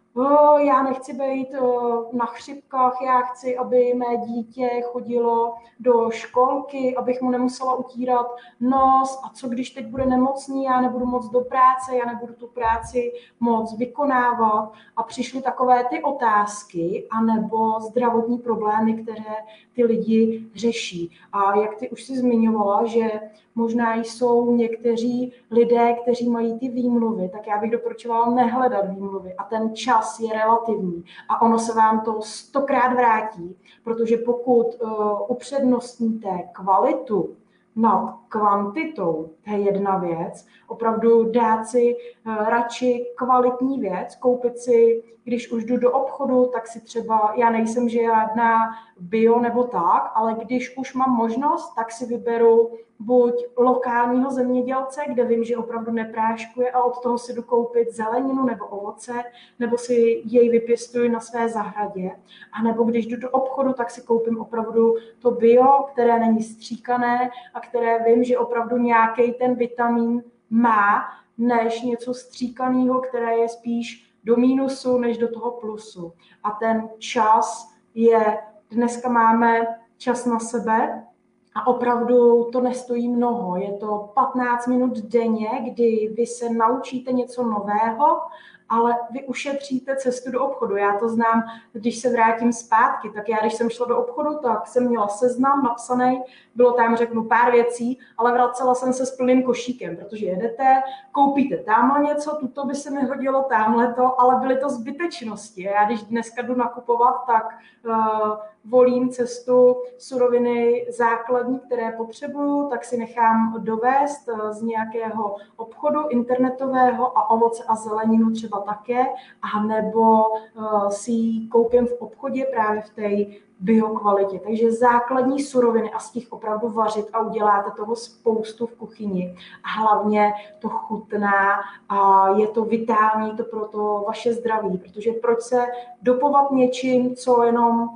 O, já nechci být o, na chřipkách, já chci, aby mé dítě chodilo do školky, abych mu nemusela utírat nos a co když teď bude nemocný, já nebudu moc do práce, já nebudu tu práci moc vykonávat a přišly takové ty otázky anebo zdravotní problémy, které ty lidi řeší. A jak ty už si zmiňovala, že možná jsou někteří lidé, kteří mají ty výmluvy, tak já bych doporučovala nehledat výmluvy a ten čas je relativní a ono se vám to stokrát vrátí, protože pokud uh, upřednostníte kvalitu nad kvantitou, to je jedna věc, opravdu dát si uh, radši kvalitní věc, koupit si, když už jdu do obchodu, tak si třeba, já nejsem žádná bio nebo tak, ale když už mám možnost, tak si vyberu buď lokálního zemědělce, kde vím, že opravdu nepráškuje a od toho si jdu koupit zeleninu nebo ovoce, nebo si jej vypěstuji na své zahradě. A nebo když jdu do obchodu, tak si koupím opravdu to bio, které není stříkané a které vím, že opravdu nějaký ten vitamin má, než něco stříkaného, které je spíš do mínusu, než do toho plusu. A ten čas je, dneska máme čas na sebe, a opravdu to nestojí mnoho. Je to patnáct minut denně, kdy vy se naučíte něco nového, ale vy ušetříte cestu do obchodu. Já to znám, když se vrátím zpátky, tak já, když jsem šla do obchodu, tak jsem měla seznam napsaný, bylo tam, řeknu, pár věcí, ale vracela jsem se s plným košíkem, protože jedete, koupíte tamhle něco, tuto by se mi hodilo, tamhle to, ale byly to zbytečnosti. Já když dneska jdu nakupovat, tak uh, volím cestu suroviny základní, které potřebuju, tak si nechám dovést z nějakého obchodu internetového a ovoce a zeleninu třeba také, a nebo uh, si ji koupím v obchodě právě v té biokvalitě. Takže základní suroviny a z těch opravdu vařit a uděláte toho spoustu v kuchyni. A hlavně to chutná a je to vitální to pro to vaše zdraví, protože proč se dopovat něčím, co jenom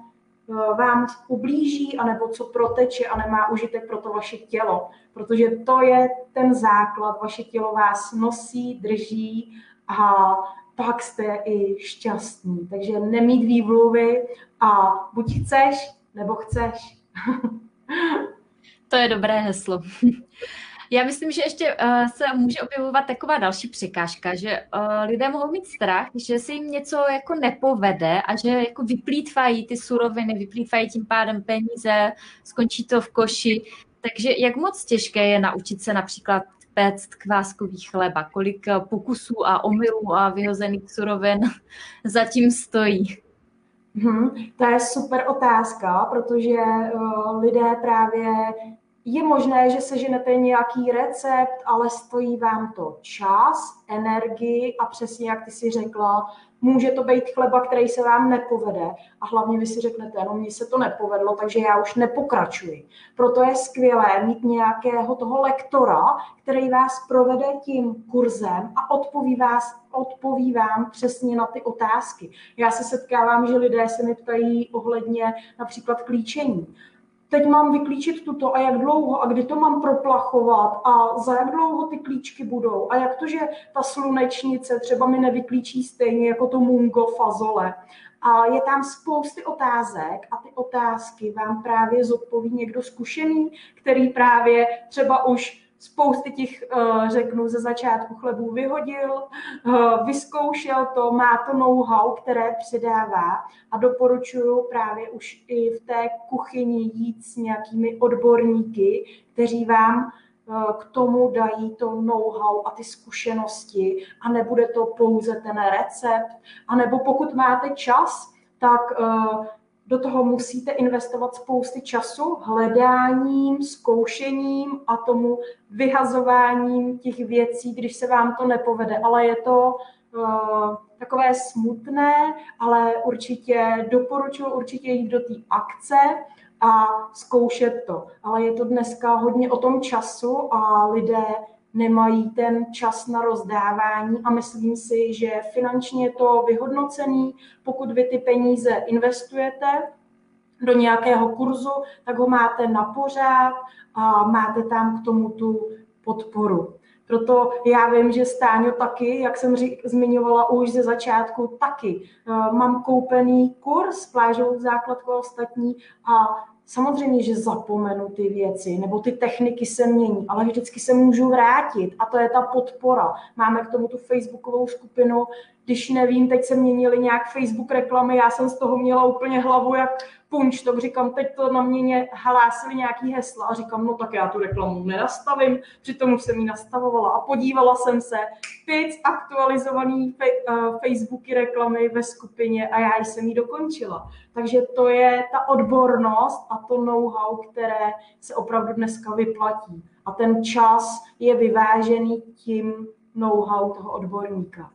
vám ublíží, anebo co proteče a nemá užitek pro to vaše tělo. Protože to je ten základ, vaše tělo vás nosí, drží a pak jste i šťastní. Takže nemít výmluvy a buď chceš, nebo chceš. To je dobré heslo. Já myslím, že ještě uh, se může objevovat taková další překážka, že uh, lidé mohou mít strach, že se jim něco jako nepovede a že jako vyplýtvají ty suroviny, vyplýtvají tím pádem peníze, skončí to v koši. Takže jak moc těžké je naučit se například péct kváskový chleba? Kolik pokusů a omylů a vyhozených surovin zatím stojí? Hmm, to je super otázka, protože uh, lidé právě je možné, že seženete nějaký recept, ale stojí vám to čas, energii a přesně jak ty si řekla, může to být chleba, který se vám nepovede a hlavně vy si řeknete, no mně se to nepovedlo, takže já už nepokračuji. Proto je skvělé mít nějakého toho lektora, který vás provede tím kurzem a odpoví, vás, odpoví vám přesně na ty otázky. Já se setkávám, že lidé se mi ptají ohledně například klíčení. Teď mám vyklíčit tuto a jak dlouho a kdy to mám proplachovat a za jak dlouho ty klíčky budou a jak to, že ta slunečnice třeba mi nevyklíčí stejně jako to mungo fazole. A je tam spousty otázek a ty otázky vám právě zodpoví někdo zkušený, který právě třeba už spousty těch, řeknu, ze začátku chlebů vyhodil, vyzkoušel to, má to know-how, které předává a doporučuji právě už i v té kuchyni jít s nějakými odborníky, kteří vám k tomu dají to know-how a ty zkušenosti a nebude to pouze ten recept, anebo pokud máte čas, tak do toho musíte investovat spousty času hledáním, zkoušením a tomu vyhazováním těch věcí, když se vám to nepovede. Ale je to uh, takové smutné, ale určitě doporučuji určitě jít do té akce a zkoušet to. Ale je to dneska hodně o tom času a lidé nemají ten čas na rozdávání a myslím si, že finančně je to vyhodnocený. Pokud vy ty peníze investujete do nějakého kurzu, tak ho máte na pořád a máte tam k tomu tu podporu. Proto já vím, že Stáňo taky, jak jsem řík, zmiňovala už ze začátku, taky uh, mám koupený kurz, plážovou základku a ostatní a samozřejmě, že zapomenu ty věci, nebo ty techniky se mění, ale vždycky se můžu vrátit a to je ta podpora. Máme k tomu tu facebookovou skupinu, když nevím, teď se měnily nějak Facebook reklamy, já jsem z toho měla úplně hlavu jak punč, tak říkám, teď to na mě hlásili nějaký hesla a říkám, no tak já tu reklamu nenastavím, přitom už jsem ji nastavovala a podívala jsem se, pět aktualizovaný Facebooky reklamy ve skupině a já jsem ji dokončila. Takže to je ta odbornost a to know-how, které se opravdu dneska vyplatí. A ten čas je vyvážený tím know-how toho odborníka.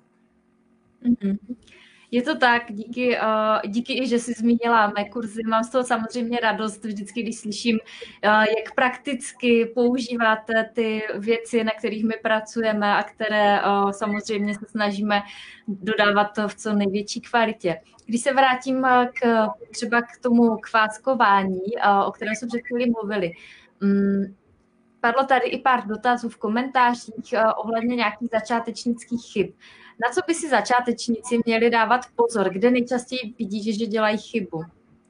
Mm-hmm. Je to tak, díky, uh, díky i, že jsi zmínila mé kurzy. Mám z toho samozřejmě radost vždycky, když slyším, uh, jak prakticky používáte ty věci, na kterých my pracujeme a které uh, samozřejmě se snažíme dodávat to v co největší kvalitě. Když se vrátím k, třeba k tomu kváskování, uh, o kterém jsme před chvíli mluvili, um, padlo tady i pár dotazů v komentářích uh, ohledně nějakých začátečnických chyb. Na co by si začátečníci měli dávat pozor? Kde nejčastěji vidíš, že dělají chybu?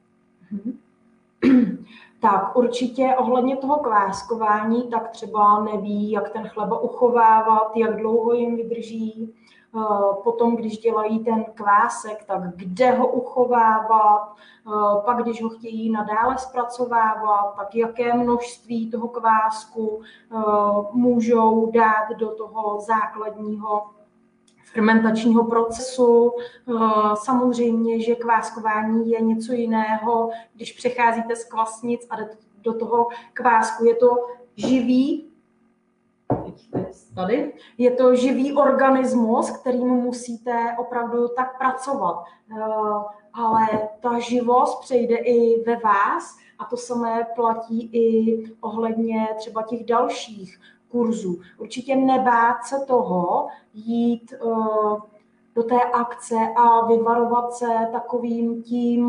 Tak určitě ohledně toho kváskování, tak třeba neví, jak ten chleba uchovávat, jak dlouho jim vydrží. Potom, když dělají ten kvásek, tak kde ho uchovávat, pak když ho chtějí nadále zpracovávat, tak jaké množství toho kvásku můžou dát do toho základního fermentačního procesu. Samozřejmě, že kváskování je něco jiného, když přecházíte z kvasnic a do toho kvásku. Je to živý, tady, je to živý organismus, kterým musíte opravdu tak pracovat. Ale ta živost přejde i ve vás a to samé platí i ohledně třeba těch dalších kurzů. Určitě nebát se toho jít uh, do té akce a vyvarovat se takovým tím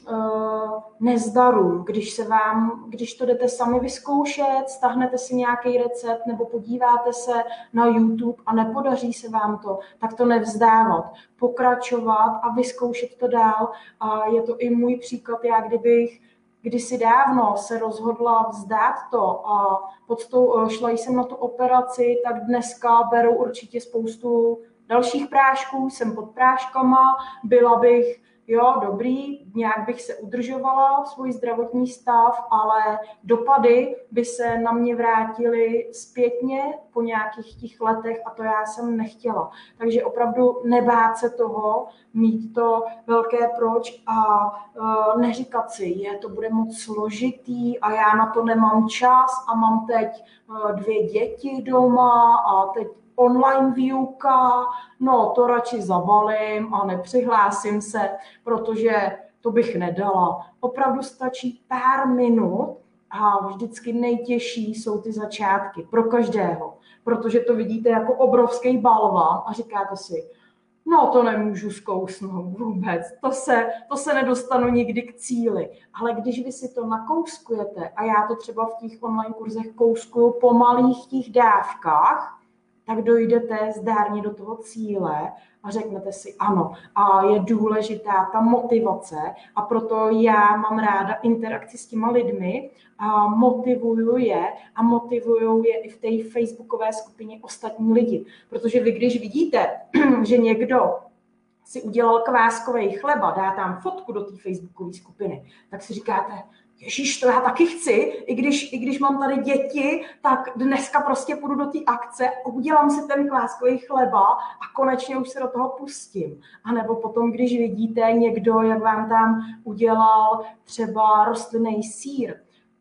nezdarům, když se vám, když to jdete sami vyzkoušet, stáhnete si nějaký recept nebo podíváte se na YouTube a nepodaří se vám to, tak to nevzdávat, pokračovat a vyzkoušet to dál. A je to i můj příklad, já kdybych kdysi dávno se rozhodla vzdát to a pod tou, šla jsem na tu operaci, tak dneska beru určitě spoustu dalších prášků, jsem pod práškama, byla bych jo, dobrý, nějak bych se udržovala svůj zdravotní stav, ale dopady by se na mě vrátily zpětně po nějakých těch letech a to já jsem nechtěla. Takže opravdu nebát se toho, mít to velké proč a uh, neříkat si, je, to bude moc složitý a já na to nemám čas a mám teď uh, dvě děti doma a teď online výuka, no to radši zabalím a nepřihlásím se, protože to bych nedala. Opravdu stačí pár minut a vždycky nejtěžší jsou ty začátky pro každého, protože to vidíte jako obrovský balvan a říkáte si, no to nemůžu zkousnout vůbec, to se, to se nedostanu nikdy k cíli. Ale když vy si to nakouskujete, a já to třeba v těch online kurzech kouskuju po malých těch dávkách, tak dojdete zdárně do toho cíle a řeknete si ano. A je důležitá ta motivace a proto já mám ráda interakci s těma lidmi a motivuju je a motivuju je i v té facebookové skupině ostatní lidi. Protože vy, když vidíte, že někdo si udělal kváskový chleba, dá tam fotku do té facebookové skupiny, tak si říkáte, ježiš, to já taky chci, i když, i když mám tady děti, tak dneska prostě půjdu do té akce, udělám si ten kváskový chleba a konečně už se do toho pustím. A nebo potom, když vidíte někdo, jak vám tam udělal třeba rostlinný sýr,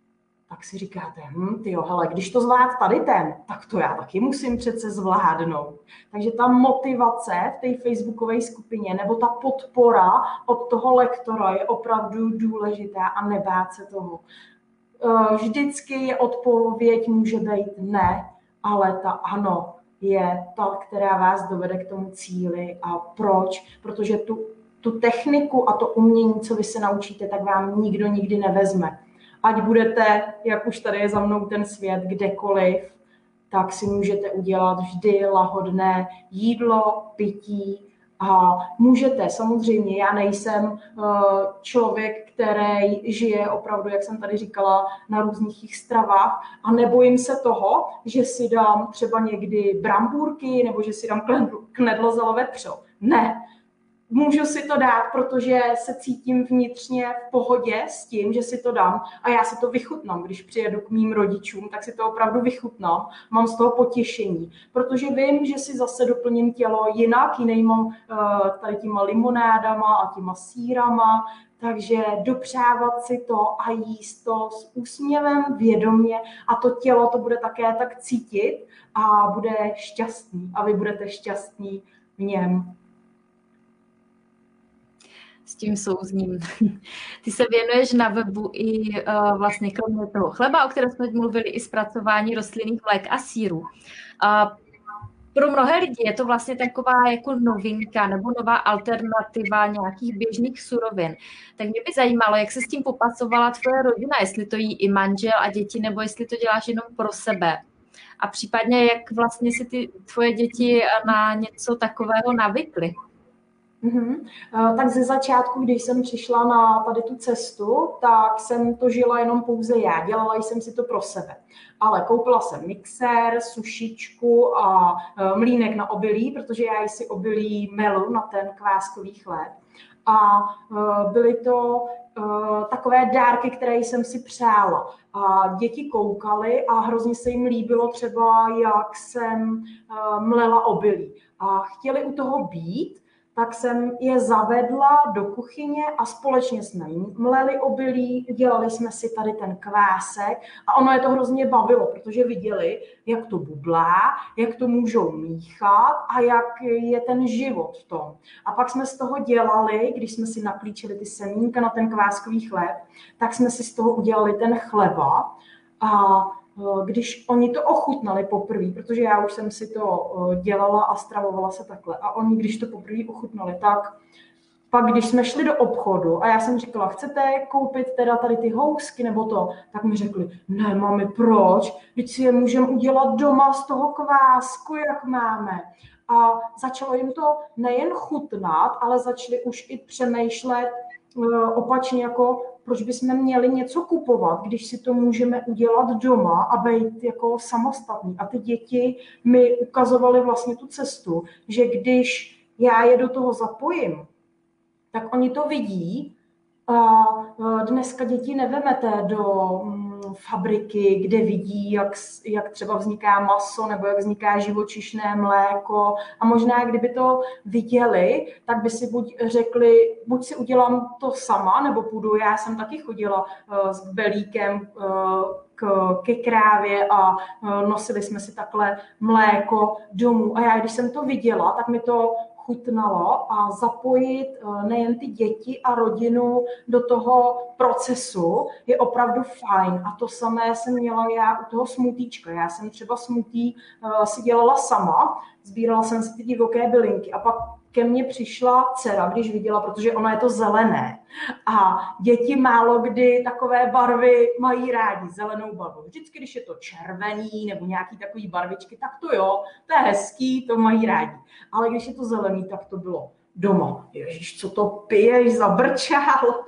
tak si říkáte, hm, tyjo, hele, když to zvlád tady ten, tak to já taky musím přece zvládnout. Takže ta motivace v té facebookové skupině nebo ta podpora od toho lektora je opravdu důležitá a nebát se toho. Vždycky je odpověď může být ne, ale ta ano je ta, která vás dovede k tomu cíli. A proč? Protože tu, tu techniku a to umění, co vy se naučíte, tak vám nikdo nikdy nevezme. Ať budete, jak už tady je za mnou ten svět, kdekoliv, tak si můžete udělat vždy lahodné jídlo, pití a můžete, samozřejmě, já nejsem člověk, který žije opravdu, jak jsem tady říkala, na různých stravách a nebojím se toho, že si dám třeba někdy brambůrky nebo že si dám knedlo vepřo. Ne. Můžu si to dát, protože se cítím vnitřně v pohodě s tím, že si to dám a já si to vychutnám. Když přijedu k mým rodičům, tak si to opravdu vychutnám. Mám z toho potěšení, protože vím, že si zase doplním tělo jinak, jinýma tady těma limonádama a těma sýrama, takže dopřávat si to a jíst to s úsměvem, vědomě a to tělo to bude také tak cítit a bude šťastný a vy budete šťastní v něm. S tím souzním. Ty se věnuješ na webu i uh, vlastně kromě toho chleba, o kterém jsme mluvili, i zpracování rostlinných mlék a sýrů. Uh, pro mnohé lidi je to vlastně taková jako novinka nebo nová alternativa nějakých běžných surovin. Tak mě by zajímalo, jak se s tím popasovala tvoje rodina, jestli to jí i manžel a děti, nebo jestli to děláš jenom pro sebe. A případně, jak vlastně si ty tvoje děti na něco takového navykly. Mm-hmm. Tak ze začátku, když jsem přišla na tady tu cestu, tak jsem to žila jenom pouze já. Dělala jsem si to pro sebe. Ale koupila jsem mixér, sušičku a mlýnek na obilí, protože já si obilí melu na ten kváskový chléb. A byly to takové dárky, které jsem si přála. A děti koukaly a hrozně se jim líbilo třeba, jak jsem mlela obilí. A chtěli u toho být, tak jsem je zavedla do kuchyně a společně jsme mleli obilí, udělali jsme si tady ten kvásek a ono je to hrozně bavilo, protože viděli, jak to bublá, jak to můžou míchat a jak je ten život v tom. A pak jsme z toho dělali, když jsme si naklíčili ty semínka na ten kváskový chléb, tak jsme si z toho udělali ten chleba a když oni to ochutnali poprvé, protože já už jsem si to dělala a stravovala se takhle, a oni, když to poprvé ochutnali, tak Pak, když jsme šli do obchodu a já jsem říkala, chcete koupit teda tady ty housky nebo to, tak mi řekli, ne, mami, proč? Vždyť si je můžeme udělat doma z toho kvásku, jak máme. A začalo jim to nejen chutnat, ale začali už i přemýšlet opačně, jako proč bychom měli něco kupovat, když si to můžeme udělat doma a být jako samostatný. A ty děti mi ukazovaly vlastně tu cestu, že když já je do toho zapojím, tak oni to vidí. A dneska děti nevemete do fabriky, kde vidí, jak, jak třeba vzniká maso nebo jak vzniká živočišné mléko. A možná, kdyby to viděli, tak by si buď řekli, buď si udělám to sama, nebo půjdu. Já jsem taky chodila uh, s belíkem uh, k, ke krávě a uh, nosili jsme si takhle mléko domů. A já, když jsem to viděla, tak mi to chutnalo a zapojit nejen ty děti a rodinu do toho procesu je opravdu fajn. A to samé jsem měla já u toho smutíčka. Já jsem třeba smutí uh, si dělala sama, sbírala jsem si ty divoké bylinky a pak ke mně přišla dcera, když viděla, protože ono je to zelené. A děti málo kdy takové barvy mají rádi, zelenou barvu. Vždycky, když je to červený nebo nějaký takový barvičky, tak to jo, to je hezký, to mají rádi. Ale když je to zelený, tak to bylo doma. Ježiš, co to piješ, zabrčál.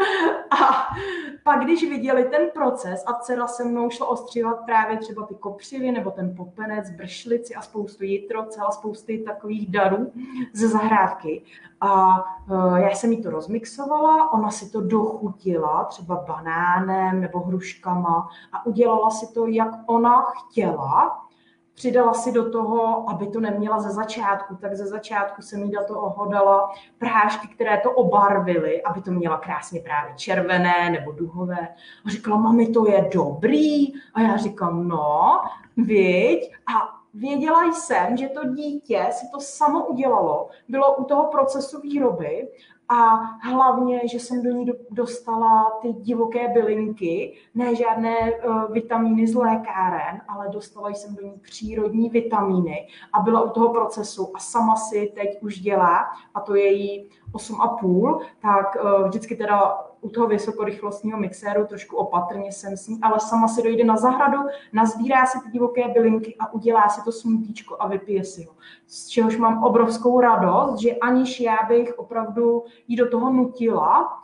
A pak, když viděli ten proces a dcera se mnou šla ostřívat právě třeba ty kopřivy nebo ten popenec, bršlici a spoustu jitroce a spousty takových darů ze zahrádky. A uh, já jsem jí to rozmixovala, ona si to dochutila třeba banánem nebo hruškama a udělala si to, jak ona chtěla. Přidala si do toho, aby to neměla ze začátku, tak ze začátku jsem jí do toho dala prášky, které to obarvily, aby to měla krásně právě červené nebo duhové. A říkala, mami, to je dobrý. A já říkám, no, viď? A věděla jsem, že to dítě si to samo udělalo, bylo u toho procesu výroby a hlavně, že jsem do ní dostala ty divoké bylinky, ne žádné uh, vitamíny z lékáren, ale dostala jsem do ní přírodní vitamíny a byla u toho procesu a sama si teď už dělá, a to je jí osm a půl, tak uh, vždycky teda u toho vysokorychlostního mixéru trošku opatrně jsem s ní, ale sama si dojde na zahradu, nazbírá si ty divoké bylinky a udělá si to smutíčko a vypije si ho. Z čehož mám obrovskou radost, že aniž já bych opravdu jí do toho nutila,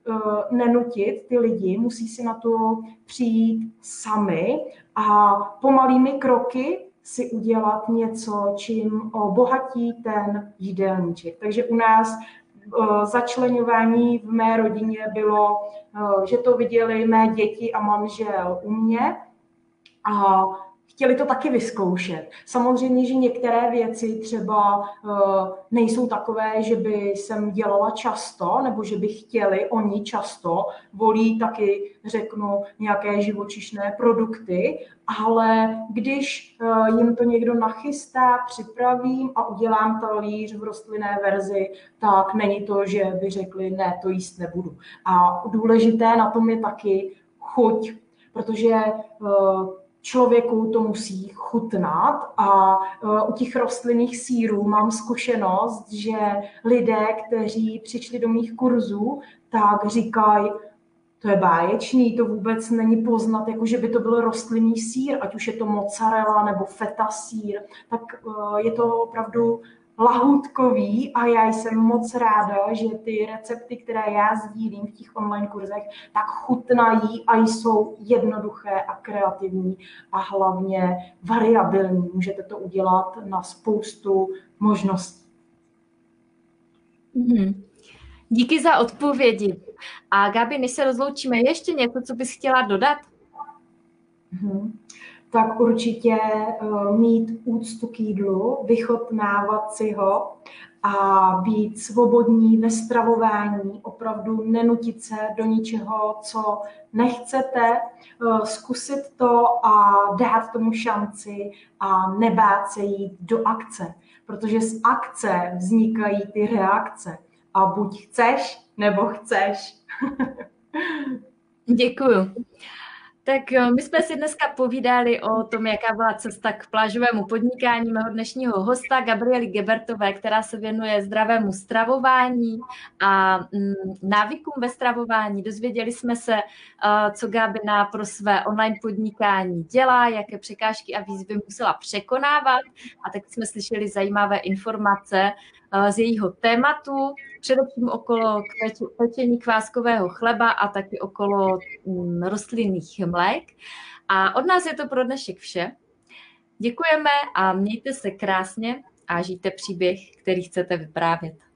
nenutit ty lidi, musí si na to přijít sami a pomalými kroky si udělat něco, čím obohatí ten jídelníček. Takže u nás začleňování v mé rodině bylo, že to viděli mé děti a manžel u mě a chtěli to taky vyzkoušet. Samozřejmě, že některé věci třeba nejsou takové, že by jsem dělala často, nebo že by chtěli oni často, volí taky, řeknu, nějaké živočišné produkty, ale když jim to někdo nachystá, připravím a udělám talíř v rostlinné verzi, tak není to, že by řekli, ne, to jíst nebudu. A důležité na tom je taky chuť, protože člověku to musí chutnat a u těch rostlinných sýrů mám zkušenost, že lidé, kteří přišli do mých kurzů, tak říkají, to je báječný, to vůbec není poznat, jako že by to byl rostlinný sýr, ať už je to mozzarella nebo feta sýr, tak je to opravdu lahůdkový a já jsem moc ráda, že ty recepty, které já sdílím v těch online kurzech, tak chutnají a jsou jednoduché a kreativní a hlavně variabilní. Můžete to udělat na spoustu možností. Mm-hmm. Díky za odpovědi. A Gabi, než se rozloučíme, ještě něco, co bys chtěla dodat? Mm-hmm. Tak určitě uh, mít úctu k jídlu, vychutnávat si ho a být svobodní ve stravování, opravdu nenutit se do ničeho, co nechcete, uh, zkusit to a dát tomu šanci a nebát se jít do akce, protože z akce vznikají ty reakce a buď chceš, nebo chceš. Děkuju. Tak jo, my jsme si dneska povídali o tom, jaká byla cesta k plážovému podnikání mého dnešního hosta Gabriely Gebertové, která se věnuje zdravému stravování a mm, návykům ve stravování. Dozvěděli jsme se, uh, co Gabina pro své online podnikání dělá, jaké překážky a výzvy musela překonávat, a tak jsme slyšeli zajímavé informace uh, z jejího tématu, především okolo pečení kváskového chleba a taky okolo mm, rostlinných mlék. A od nás je to pro dnešek vše. Děkujeme a mějte se krásně a žijte příběh, který chcete vyprávět.